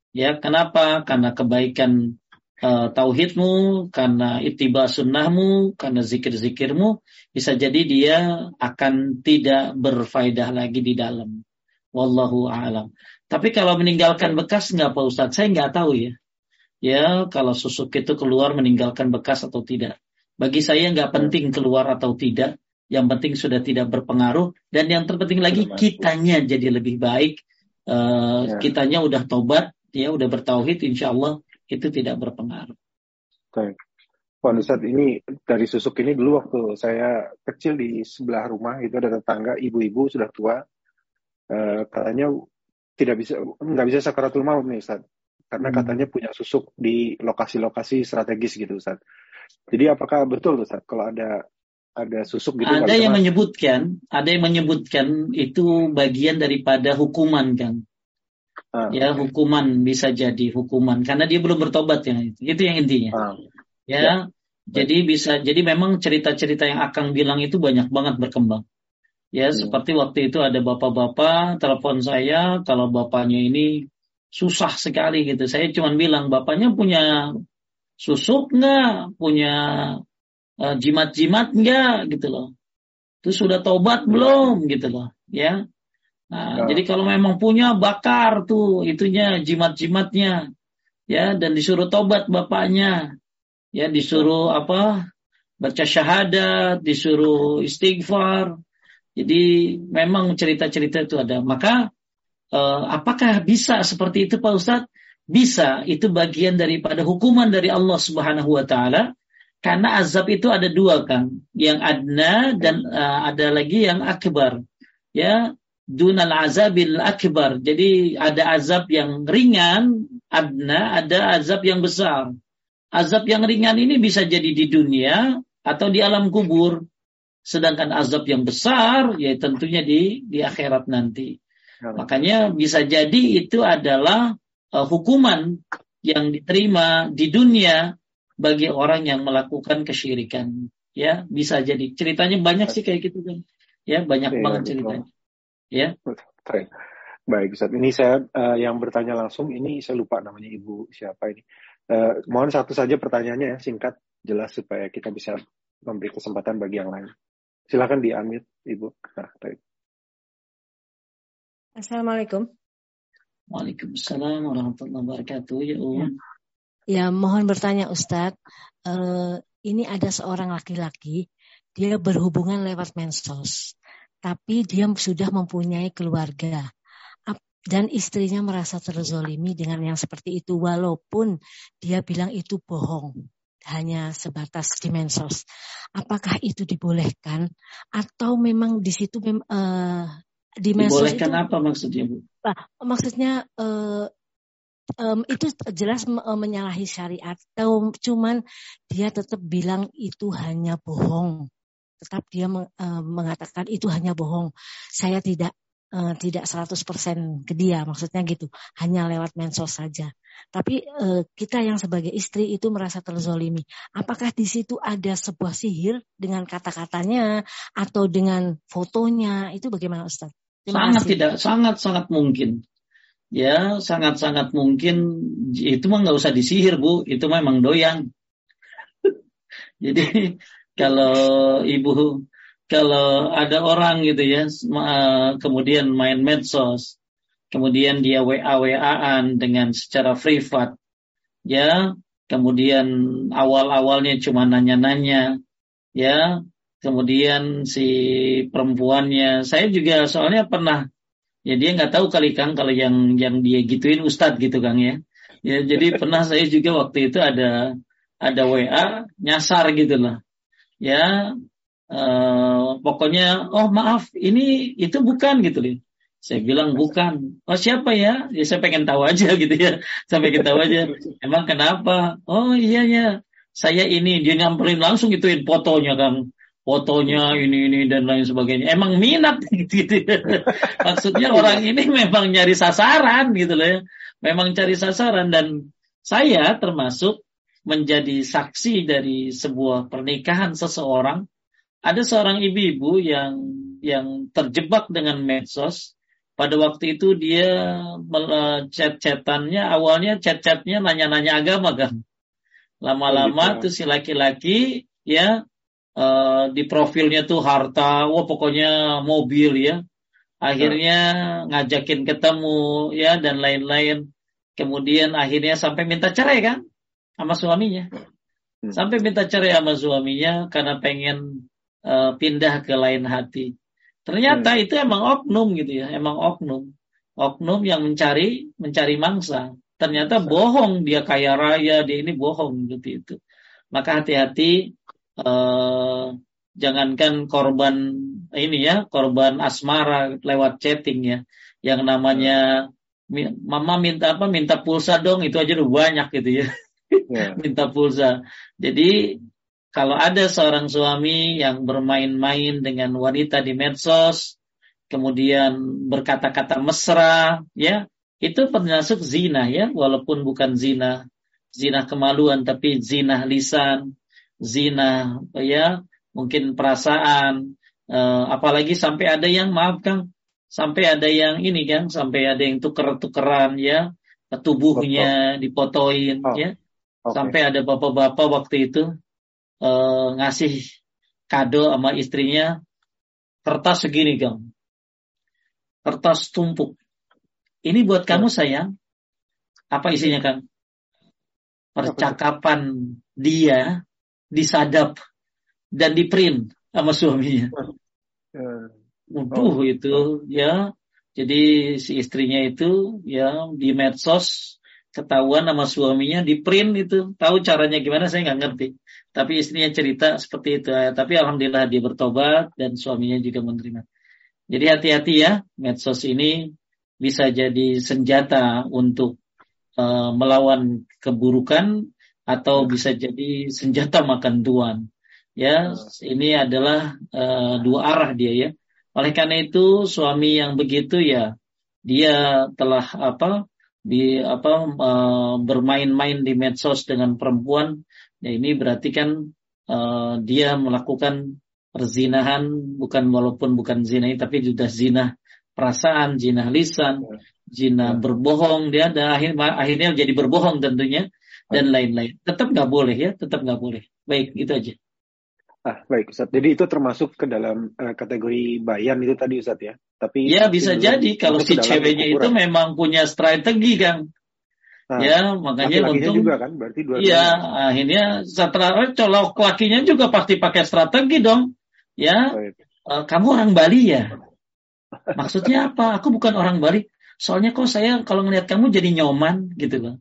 Ya, kenapa? Karena kebaikan tauhidmu, karena ittiba sunnahmu, karena zikir-zikirmu, bisa jadi dia akan tidak berfaedah lagi di dalam. Wallahu a'lam. Tapi kalau meninggalkan bekas nggak Pak Ustadz? Saya nggak tahu ya. Ya, kalau susuk itu keluar meninggalkan bekas atau tidak. Bagi saya nggak penting keluar atau tidak. Yang penting sudah tidak berpengaruh. Dan yang terpenting lagi kitanya jadi lebih baik. Kitanya udah tobat, ya udah bertauhid, insya Allah itu tidak berpengaruh.
Baik. Pak Ustadz, ini dari susuk ini dulu waktu saya kecil di sebelah rumah itu ada tetangga ibu-ibu sudah tua, katanya nggak bisa sakaratul maut nih Ustadz, karena katanya punya susuk di lokasi-lokasi strategis gitu Ustadz. Jadi apakah betul Ustadz kalau ada susuk gitu?
Ada yang menyebutkan itu bagian daripada hukuman kan. Ya, hukuman, bisa jadi hukuman karena dia belum bertobat ya, itu yang intinya. Jadi memang cerita-cerita yang Akang bilang itu banyak banget berkembang. Ya, seperti waktu itu ada bapak-bapak telepon saya kalau bapaknya ini susah sekali gitu. Saya cuma bilang, bapaknya punya susuk nggak, punya jimat-jimat nggak gitu loh. Itu sudah tobat belum gitu loh, ya. Nah, jadi kalau memang punya, bakar tuh itunya, jimat-jimatnya, ya, dan disuruh tobat bapaknya, ya, disuruh baca syahadat, disuruh istighfar. Jadi memang cerita-cerita itu ada. Maka apakah bisa seperti itu Pak Ustadz? Bisa, itu bagian daripada hukuman dari Allah Subhanahu Wa Taala. Karena azab itu ada dua kan, yang adna dan ada lagi yang akbar, ya. Dunal azabil akbar. Jadi ada azab yang ringan, adna, ada azab yang besar. Azab yang ringan ini bisa jadi di dunia atau di alam kubur. Sedangkan azab yang besar ya tentunya di akhirat nanti. Makanya bisa jadi itu adalah hukuman yang diterima di dunia bagi orang yang melakukan kesyirikan. Ya, bisa jadi. Ceritanya banyak sih kayak gitu kan. Ya, banyak banget ceritanya. Ya.
Baik Ustaz, ini saya yang bertanya langsung, ini saya lupa namanya Ibu siapa ini. Mohon satu saja pertanyaannya ya, singkat, jelas supaya kita bisa memberi kesempatan bagi yang lain. Silakan di-unmute Ibu.
Assalamualaikum.
Waalaikumsalam warahmatullahi wabarakatuh.
Ya, mohon bertanya Ustadz, ini ada seorang laki-laki, dia berhubungan lewat medsos. Tapi dia sudah mempunyai keluarga dan istrinya merasa terzolimi dengan yang seperti itu, walaupun dia bilang itu bohong, hanya sebatas di medsos. Apakah itu dibolehkan atau memang di situ di medsos
dibolehkan itu, apa maksudnya Bu?
Maksudnya itu jelas menyalahi syariat, atau cuman dia tetap bilang itu hanya bohong. Tetap dia mengatakan itu hanya bohong. Saya tidak 100% ke dia, maksudnya gitu. Hanya lewat medsos saja. Tapi kita yang sebagai istri itu merasa terzolimi. Apakah di situ ada sebuah sihir dengan kata-katanya atau dengan fotonya? Itu bagaimana Ustaz?
Sangat mungkin. Ya, sangat mungkin. Itu mah nggak usah disihir Bu. Itu memang doyan. Jadi kalau ada orang gitu ya, kemudian main medsos, kemudian dia WA-WA-an dengan secara privat, ya, kemudian awalnya cuma nanya-nanya, ya, kemudian si perempuannya, saya juga soalnya pernah, ya dia nggak tahu kali Kang kalau yang dia gituin Ustadz gitu Kang ya, jadi pernah saya juga waktu itu ada WA nyasar gitu lah. Ya, pokoknya, oh maaf, itu bukan gitu loh. Saya bilang bukan. Oh siapa ya? Ya saya pengen tahu aja gitu ya. Saya pengen tahu aja. Emang kenapa? Oh iya, saya ini, dia nyamperin langsung ituin fotonya Kang. Fotonya ini dan lain sebagainya. Emang minat gitu ya. Maksudnya orang ini memang nyari sasaran gitu loh ya. Memang cari sasaran, dan saya termasuk menjadi saksi dari sebuah pernikahan seseorang. Ada seorang ibu-ibu yang terjebak dengan medsos pada waktu itu dia chat-chatannya, awalnya chat-chatnya nanya-nanya agama kan. Lama-lama tuh si laki-laki ya di profilnya tuh harta, pokoknya mobil ya. Akhirnya ngajakin ketemu ya dan lain-lain. Kemudian akhirnya sampai minta cerai kan sama suaminya. Sampai minta cerai sama suaminya karena pengen pindah ke lain hati. Ternyata itu emang oknum gitu ya, emang oknum yang mencari mangsa. Ternyata bohong, dia kaya raya, dia ini bohong gitu itu. Maka hati-hati, jangankan korban ini ya, korban asmara lewat chatting ya, yang namanya mama minta pulsa dong, itu aja udah banyak gitu ya. Minta pulsa. Jadi kalau ada seorang suami yang bermain-main dengan wanita di medsos, kemudian berkata-kata mesra, ya, itu termasuk zina ya, walaupun bukan zina kemaluan, tapi zina lisan, zina ya, mungkin perasaan, apalagi sampai ada yang sampai ada yang ini kan, sampai ada yang tuker-tukeran ya, tubuhnya dipotoin ya, sampai ada bapak-bapak waktu itu ngasih kado sama istrinya kertas segini Kang, kertas tumpuk. Ini buat kamu sayang. Apa isinya Kang? Percakapan dia disadap dan diprint sama suaminya. Itu ya. Jadi si istrinya itu ya di medsos ketahuan sama suaminya, diprint itu. Tahu caranya gimana saya nggak ngerti. Tapi istrinya cerita seperti itu. Tapi alhamdulillah dia bertobat dan suaminya juga menerima. Jadi hati-hati ya, medsos ini bisa jadi senjata untuk melawan keburukan atau bisa jadi senjata makan tuan. Ya, ini adalah dua arah dia ya. Oleh karena itu suami yang begitu ya, dia telah bermain-main di medsos dengan perempuan. Ya, ini berarti kan dia melakukan perzinahan, walaupun bukan zina, tapi sudah zina perasaan, zina lisan, zina berbohong. Dia akhirnya jadi berbohong tentunya dan lain-lain. Tetap nggak boleh ya, tetap nggak boleh. Baik, itu aja.
Baik Ustaz. Jadi itu termasuk ke dalam kategori bayan itu tadi Ustaz ya. Tapi
ya bisa jadi kalau si ceweknya itu memang punya strategi Kang. Ya, makanya untung
juga kan, berarti dua-duanya.
Iya, akhirnya setelah colok lakinya juga pasti pakai strategi dong. Ya, kamu orang Bali ya? Maksudnya apa? Aku bukan orang Bali. Soalnya kok saya kalau ngelihat kamu jadi nyoman gitu loh.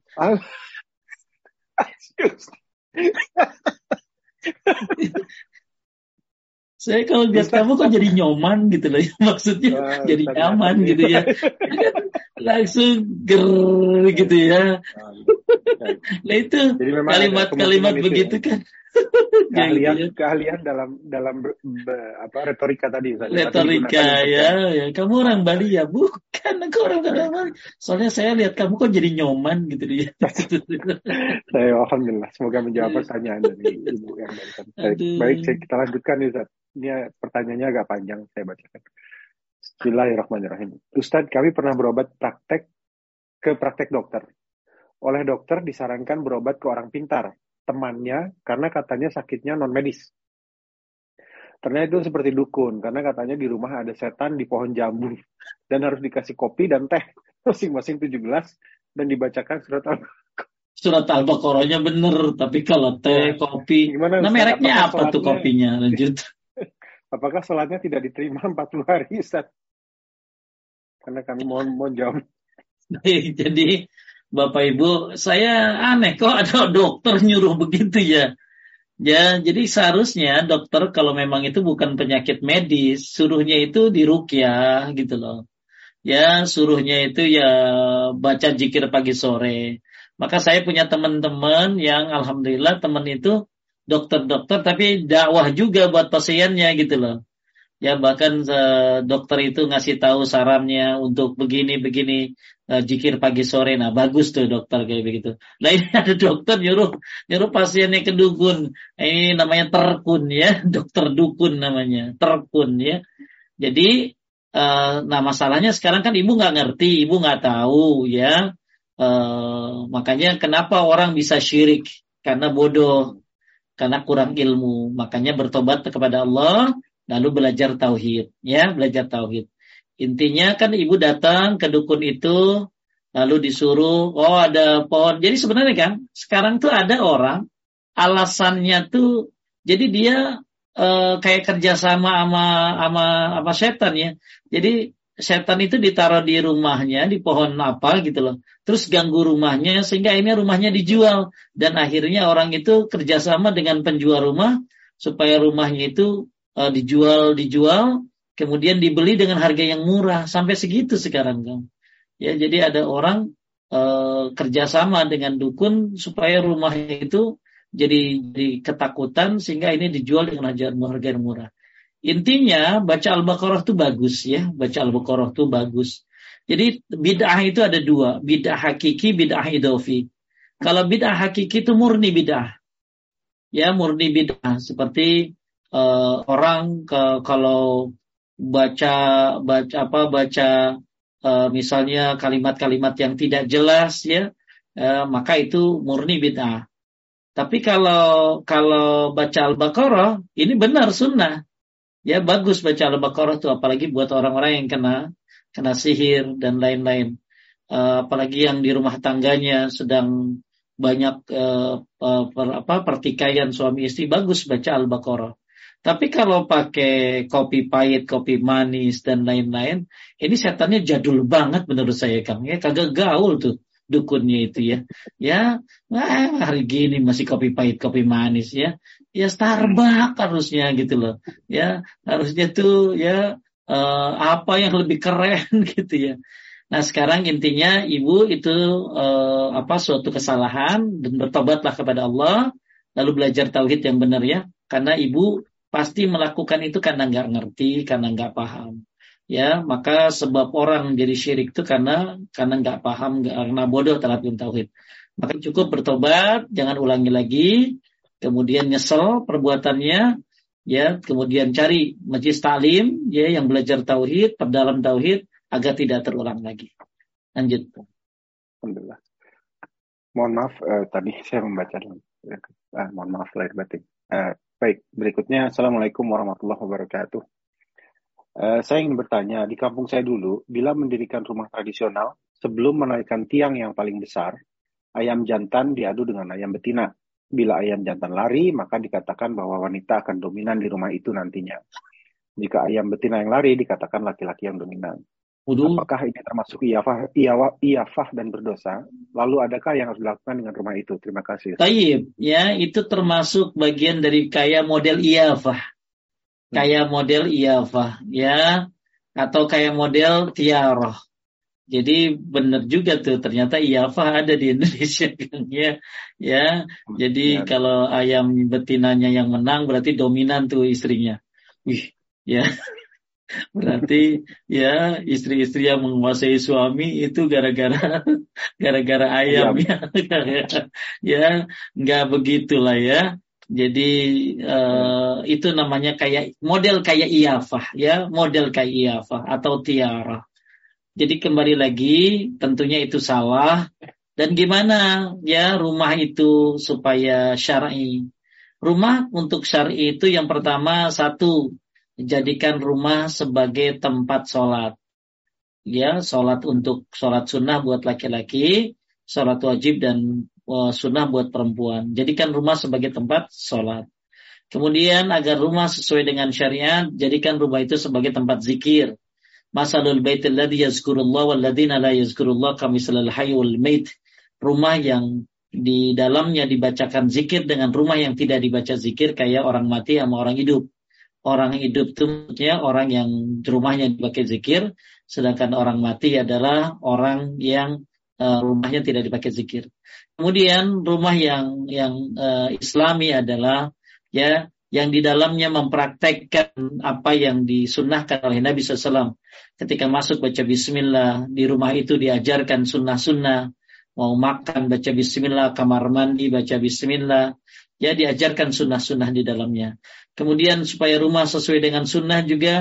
Saya kalau lihat kamu kok jadi nyoman gitu loh. Maksudnya jadi nyaman gitu ya. Langsung gitu ya. Nah itu kalimat-kalimat begitu kan.
Keahlian dalam retorika tadi.
Retorika ya. Kamu orang Bali ya? Bukan, aku orang Bali. Soalnya saya lihat kamu kok jadi nyoman gitu ya.
Saya alhamdulillah semoga menjawab pertanyaan dari Ibu yang baik, kita lanjutkan Ustaz. Ini pertanyaannya agak panjang, saya bacakan. Bismillahirrahmanirrahim. Ustaz, kami pernah berobat ke praktek dokter. Oleh dokter disarankan berobat ke orang pintar, temannya, karena katanya sakitnya non medis. Ternyata itu seperti dukun, karena katanya di rumah ada setan di pohon jambu dan harus dikasih kopi dan teh masing-masing 7 gelas dan dibacakan
surat Al-Baqarahnya bener, tapi kalau teh, kopi, gimana, nah mereknya apa tuh kopinya? Lanjut.
Apakah sholatnya tidak diterima 40 hari, Ustaz? Karena kami mohon jawab.
Jadi, Bapak Ibu, saya aneh kok ada dokter nyuruh begitu ya. Ya, jadi seharusnya dokter kalau memang itu bukan penyakit medis, suruhnya itu diruqyah gitu loh. Ya, suruhnya itu ya baca zikir pagi sore. Maka saya punya teman-teman yang alhamdulillah teman itu dokter-dokter tapi dakwah juga buat pasiennya gitu loh. Ya bahkan dokter itu ngasih tahu sarannya untuk begini zikir pagi sore. Nah bagus tuh dokter kayak begitu. Nah ini ada dokter nyuruh pasiennya ke dukun. Ini namanya terkun ya, dokter dukun namanya terkun ya. Jadi Nah masalahnya sekarang kan ibu nggak ngerti, ibu nggak tahu ya. Makanya kenapa orang bisa syirik? Karena bodoh, karena kurang ilmu. Makanya bertobat kepada Allah, lalu belajar tauhid, ya, belajar tauhid. Intinya kan ibu datang ke dukun itu, lalu disuruh, oh ada pohon. Jadi sebenarnya kan sekarang tuh ada orang alasannya tuh, jadi dia kayak kerjasama sama setan ya. Jadi setan itu ditaruh di rumahnya, di pohon apa gitu loh. Terus ganggu rumahnya sehingga akhirnya rumahnya dijual. Dan akhirnya orang itu kerjasama dengan penjual rumah supaya rumahnya itu dijual, kemudian dibeli dengan harga yang murah. Sampai segitu sekarang kan. Ya, jadi ada orang kerjasama dengan dukun supaya rumahnya itu jadi ketakutan sehingga ini dijual dengan harga yang murah. Intinya baca Al-Baqarah itu bagus ya, baca Al-Baqarah itu bagus. Jadi bid'ah itu ada dua, bid'ah hakiki, bid'ah idofi. Kalau bid'ah hakiki itu murni bid'ah, ya murni bid'ah. Seperti orang kalau baca misalnya kalimat-kalimat yang tidak jelas ya, maka itu murni bid'ah. Tapi kalau baca Al-Baqarah ini benar sunnah. Ya bagus baca Al-Baqarah itu, apalagi buat orang-orang yang kena sihir dan lain-lain. Apalagi yang di rumah tangganya sedang banyak pertikaian suami istri, bagus baca Al-Baqarah. Tapi kalau pakai kopi pahit, kopi manis dan lain-lain, ini setannya jadul banget menurut saya Kang. Ya kagak gaul tuh dukunnya itu ya. Ya, hari gini masih kopi pahit, kopi manis ya. Ya Starbucks harusnya gitu loh. Ya, harusnya tuh ya apa yang lebih keren gitu ya. Nah, sekarang intinya ibu itu suatu kesalahan dan bertobatlah kepada Allah, lalu belajar tauhid yang benar ya. Karena ibu pasti melakukan itu karena enggak ngerti, karena enggak paham. Ya, maka sebab orang jadi syirik itu karena enggak paham, karena bodoh terhadap tauhid. Maka cukup bertobat, jangan ulangi lagi. Kemudian nyesel perbuatannya, ya, kemudian cari majelis taklim, ya, yang belajar tauhid, perdalam tauhid, agar tidak terulang lagi. Lanjut.
Alhamdulillah. Mohon maaf, tadi saya membaca mohon maaf lahir batin. Baik, berikutnya, Assalamualaikum warahmatullahi wabarakatuh. Saya ingin bertanya, di kampung saya dulu, bila mendirikan rumah tradisional, sebelum menaikkan tiang yang paling besar, ayam jantan diadu dengan ayam betina. Bila ayam jantan lari, maka dikatakan bahwa wanita akan dominan di rumah itu nantinya. Jika ayam betina yang lari, dikatakan laki-laki yang dominan. Apakah ini termasuk iyafah dan berdosa? Lalu adakah yang harus dilakukan dengan rumah itu? Terima kasih.
Tayyib, ya, itu termasuk bagian dari kayak model iyafah. Kayak model iyafah, ya, atau kayak model tiarah. Jadi benar juga tuh, ternyata iyafah ada di Indonesia kan ya. Jadi kalau ayam betinanya yang menang berarti dominan tuh istrinya. Wih, ya. Berarti ya istri-istri yang menguasai suami itu gara-gara ayam ya. Ya, enggak begitulah ya. Jadi itu namanya kayak model kayak iyafah ya, model kayak iyafah atau tiara. Jadi kembali lagi, tentunya itu salah. Dan gimana ya rumah itu supaya syar'i? Rumah untuk syar'i itu yang pertama, satu, jadikan rumah sebagai tempat sholat. Ya, sholat sunnah buat laki-laki, sholat wajib dan sunnah buat perempuan. Jadikan rumah sebagai tempat sholat. Kemudian agar rumah sesuai dengan syariat, jadikan rumah itu sebagai tempat zikir. Masalul baitil ladzi yazkurullah wal ladzina la yazkurullah kamisalil hayy wal mait. Rumah yang di dalamnya dibacakan zikir dengan rumah yang tidak dibaca zikir kayak orang mati sama orang hidup. Orang hidup itu maksudnya orang yang rumahnya dipakai zikir, sedangkan orang mati adalah orang yang rumahnya tidak dipakai zikir. Kemudian rumah yang Islami adalah ya yang di dalamnya mempraktekkan apa yang disunnahkan oleh Nabi SAW. Ketika masuk baca bismillah, di rumah itu diajarkan sunnah-sunnah, mau makan baca bismillah, kamar mandi baca bismillah, ya diajarkan sunnah-sunnah di dalamnya. Kemudian supaya rumah sesuai dengan sunnah juga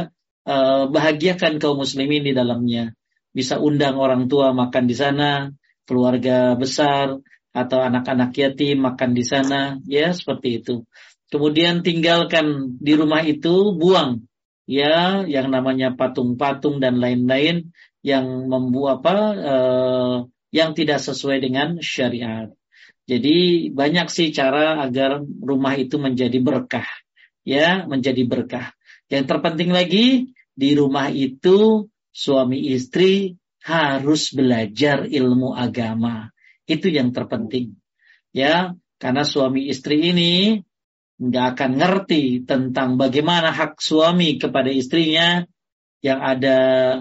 bahagiakan kaum muslimin di dalamnya. Bisa undang orang tua makan di sana, keluarga besar atau anak-anak yatim makan di sana, ya seperti itu. Kemudian tinggalkan di rumah itu, buang ya yang namanya patung-patung dan lain-lain yang membuat yang tidak sesuai dengan syariat. Jadi banyak sih cara agar rumah itu menjadi berkah, ya menjadi berkah. Yang terpenting lagi di rumah itu suami istri harus belajar ilmu agama. Itu yang terpenting, ya karena suami istri ini nggak akan ngerti tentang bagaimana hak suami kepada istrinya yang ada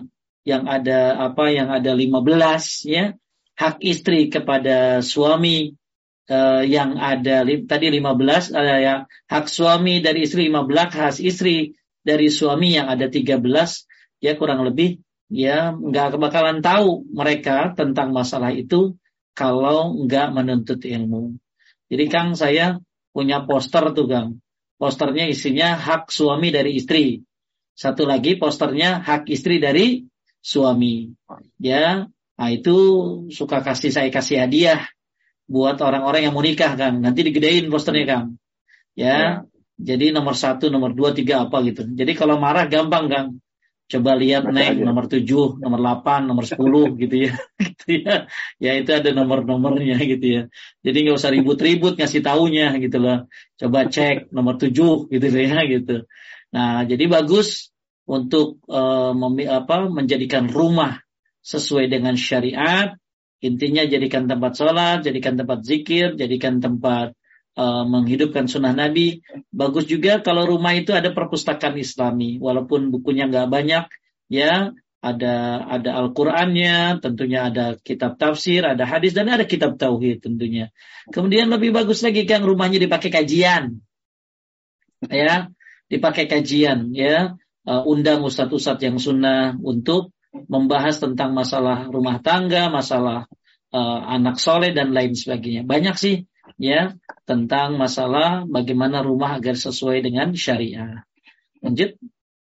15 ya, hak istri kepada suami yang ada tadi 15 ya, hak suami dari istri 15, hak istri dari suami yang ada 13 ya, kurang lebih ya nggak bakalan tahu mereka tentang masalah itu kalau nggak menuntut ilmu. Jadi Kang, saya punya poster tuh Kang. Posternya isinya hak suami dari istri. Satu lagi posternya hak istri dari suami. Ya, nah itu suka saya kasih hadiah buat orang-orang yang mau nikah Kang. Nanti digedein posternya Kang. Ya, jadi nomor 1, nomor 2, 3 apa gitu. Jadi kalau marah gampang Kang. Coba lihat Neng nomor 7, nomor 8, nomor 10 gitu ya. Gitu ya. Ya itu ada nomor-nomornya gitu ya. Jadi enggak usah ribut-ribut ngasih taunya gitu loh. Coba cek nomor 7 gitu ya gitu. Nah, jadi bagus untuk menjadikan rumah sesuai dengan syariat. Intinya jadikan tempat sholat, jadikan tempat zikir, jadikan tempat menghidupkan sunnah Nabi. Bagus juga kalau rumah itu ada perpustakaan Islami, walaupun bukunya nggak banyak, ya ada Al-Qur'annya, tentunya ada kitab tafsir, ada hadis dan ada kitab tauhid tentunya. Kemudian lebih bagus lagi Kang, rumahnya dipakai kajian, ya dipakai kajian, ya undang ustadz-ustadz yang sunnah untuk membahas tentang masalah rumah tangga, masalah anak soleh dan lain sebagainya. Banyak sih ya tentang masalah bagaimana rumah agar sesuai dengan syariah. Lanjut.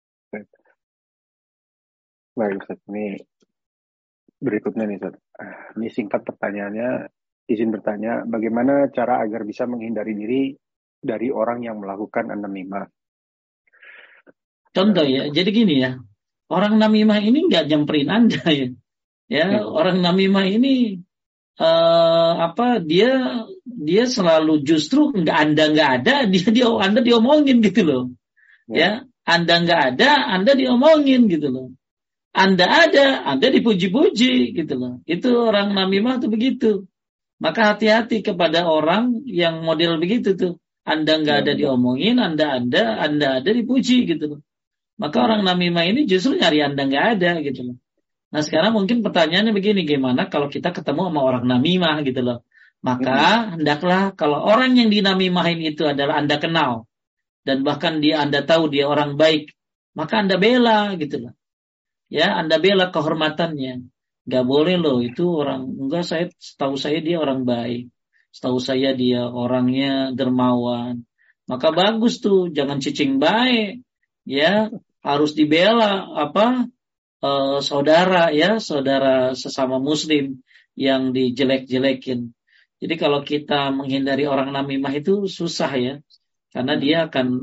Baik Ustaz, ini berikutnya nih Ustaz. Ini singkat pertanyaannya, izin bertanya, bagaimana cara agar bisa menghindari diri dari orang yang melakukan an-namimah?
Contoh ya, jadi gini ya, orang namimah ini nggak nyamperin Anda ya. Ya, orang namimah ini dia selalu justru Anda nggak ada, Anda diomongin gitu loh. Ya, Anda nggak ada, Anda diomongin gitu loh. Anda ada, Anda dipuji-puji gitu loh. Itu orang namimah tuh begitu. Maka hati-hati kepada orang yang model begitu tuh. Anda nggak ada diomongin, Anda ada dipuji gitu loh. Maka orang namimah ini justru nyari Anda nggak ada gitu loh. Nah sekarang mungkin pertanyaannya begini, gimana kalau kita ketemu sama orang namimah gitu loh. Maka hendaklah kalau orang yang dinamimahin itu adalah Anda kenal. Dan bahkan Anda tahu dia orang baik. Maka Anda bela gitu loh. Ya Anda bela kehormatannya. Gak boleh loh itu orang, setahu saya dia orang baik. Setahu saya dia orangnya dermawan. Maka bagus tuh, jangan cicing baik. Ya harus dibela saudara sesama muslim yang dijelek-jelekin. Jadi kalau kita menghindari orang namimah itu susah ya, karena dia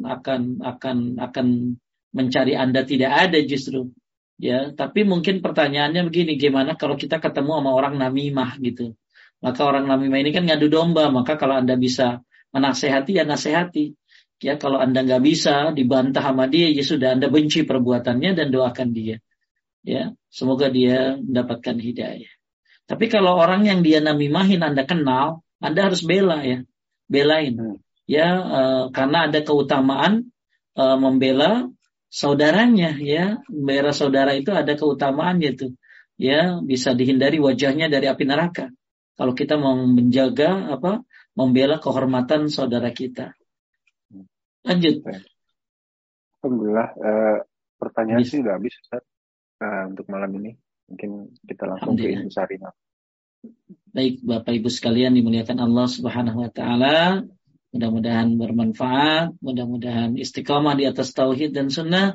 akan mencari Anda tidak ada justru. Ya, tapi mungkin pertanyaannya begini, gimana kalau kita ketemu sama orang namimah gitu? Maka orang namimah ini kan ngadu domba, maka kalau Anda bisa menasehati ya nasehati. Ya, kalau Anda nggak bisa dibantah sama dia, ya sudah Anda benci perbuatannya dan doakan dia. Ya, semoga dia mendapatkan hidayah. Tapi kalau orang yang dia namimahin Anda kenal, Anda harus bela ya, belain. Ya, karena ada keutamaan membela saudaranya ya, membela saudara itu ada keutamaannya tuh. Ya, bisa dihindari wajahnya dari api neraka. Kalau kita mau menjaga membela kehormatan saudara kita. Lanjut.
Alhamdulillah, pertanyaan sih udah habis Ustaz. Untuk malam ini mungkin kita langsung ke Ibu Sarina.
Baik Bapak Ibu sekalian dimuliakan Allah Subhanahu wa taala, mudah-mudahan bermanfaat, mudah-mudahan istiqamah di atas tauhid dan sunnah,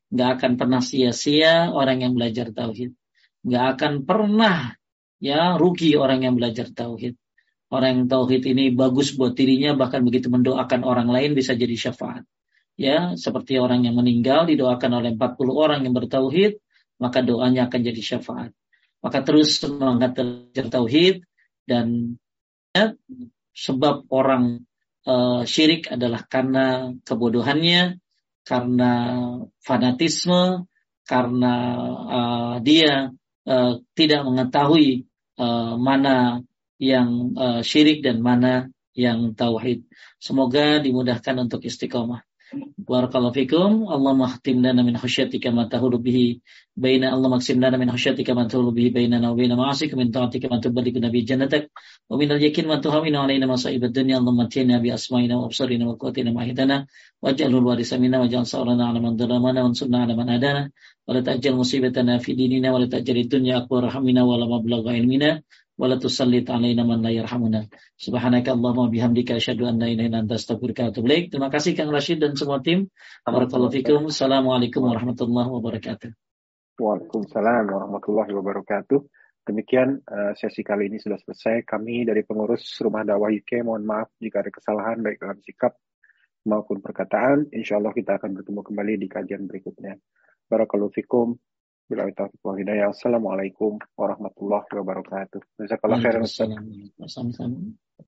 Nggak akan pernah sia-sia orang yang belajar tauhid. Nggak akan pernah rugi orang yang belajar tauhid. Orang yang tauhid ini bagus buat dirinya, bahkan begitu mendoakan orang lain bisa jadi syafaat. Seperti orang yang meninggal didoakan oleh 40 orang yang bertauhid, maka doanya akan jadi syafaat. Maka terus semangat belajar tauhid, dan sebab orang syirik adalah karena kebodohannya, karena fanatisme, karena dia tidak mengetahui mana yang syirik dan mana yang tauhid. Semoga dimudahkan untuk istiqomah. Barakallahu fikum. Allahumma khtim lana min khasyatika ma tahulu bihi baina Allahumma qsim lana min khasyatika ma tahulu bihi bainana wa baina ma'asika min ta'atika ma tuballighuna bi jannatak wa min al-yaqin ma tuhawwinu 'alaina masa'ib ad-dunya. Allahumma atina bi asma'ina wa absarina wa quwwatina ma ahitana waj'alhu al-warisa minna waj'al sa'rana 'ala man dhalamana wansurna 'ala man adana wa la taj'al musibatana fi dinina wa la taj'al ad-dunya akbar hammina wa la mablagha ilmina wala tusallit alaina man la yarhamuna. Subhanaka Allahumma bihamdika asyhadu an la ilaha illa anta astaghfiruka wa atubu ilaik. Terima kasih Kang Rashid dan semua tim. Barakallahu fikum. Assalamualaikum warahmatullahi wabarakatuh.
Waalaikumsalam warahmatullahi wabarakatuh. Demikian sesi kali ini sudah selesai. Kami dari pengurus Rumah Dakwah UK mohon maaf jika ada kesalahan baik dalam sikap maupun perkataan. Insyaallah kita akan bertemu kembali di kajian berikutnya. Barakallahu fikum. Billahi taufiq wal hidayah. Assalamualaikum warahmatullahi wabarakatuh. Jazakallahu khairan.
Waalaikumsalam.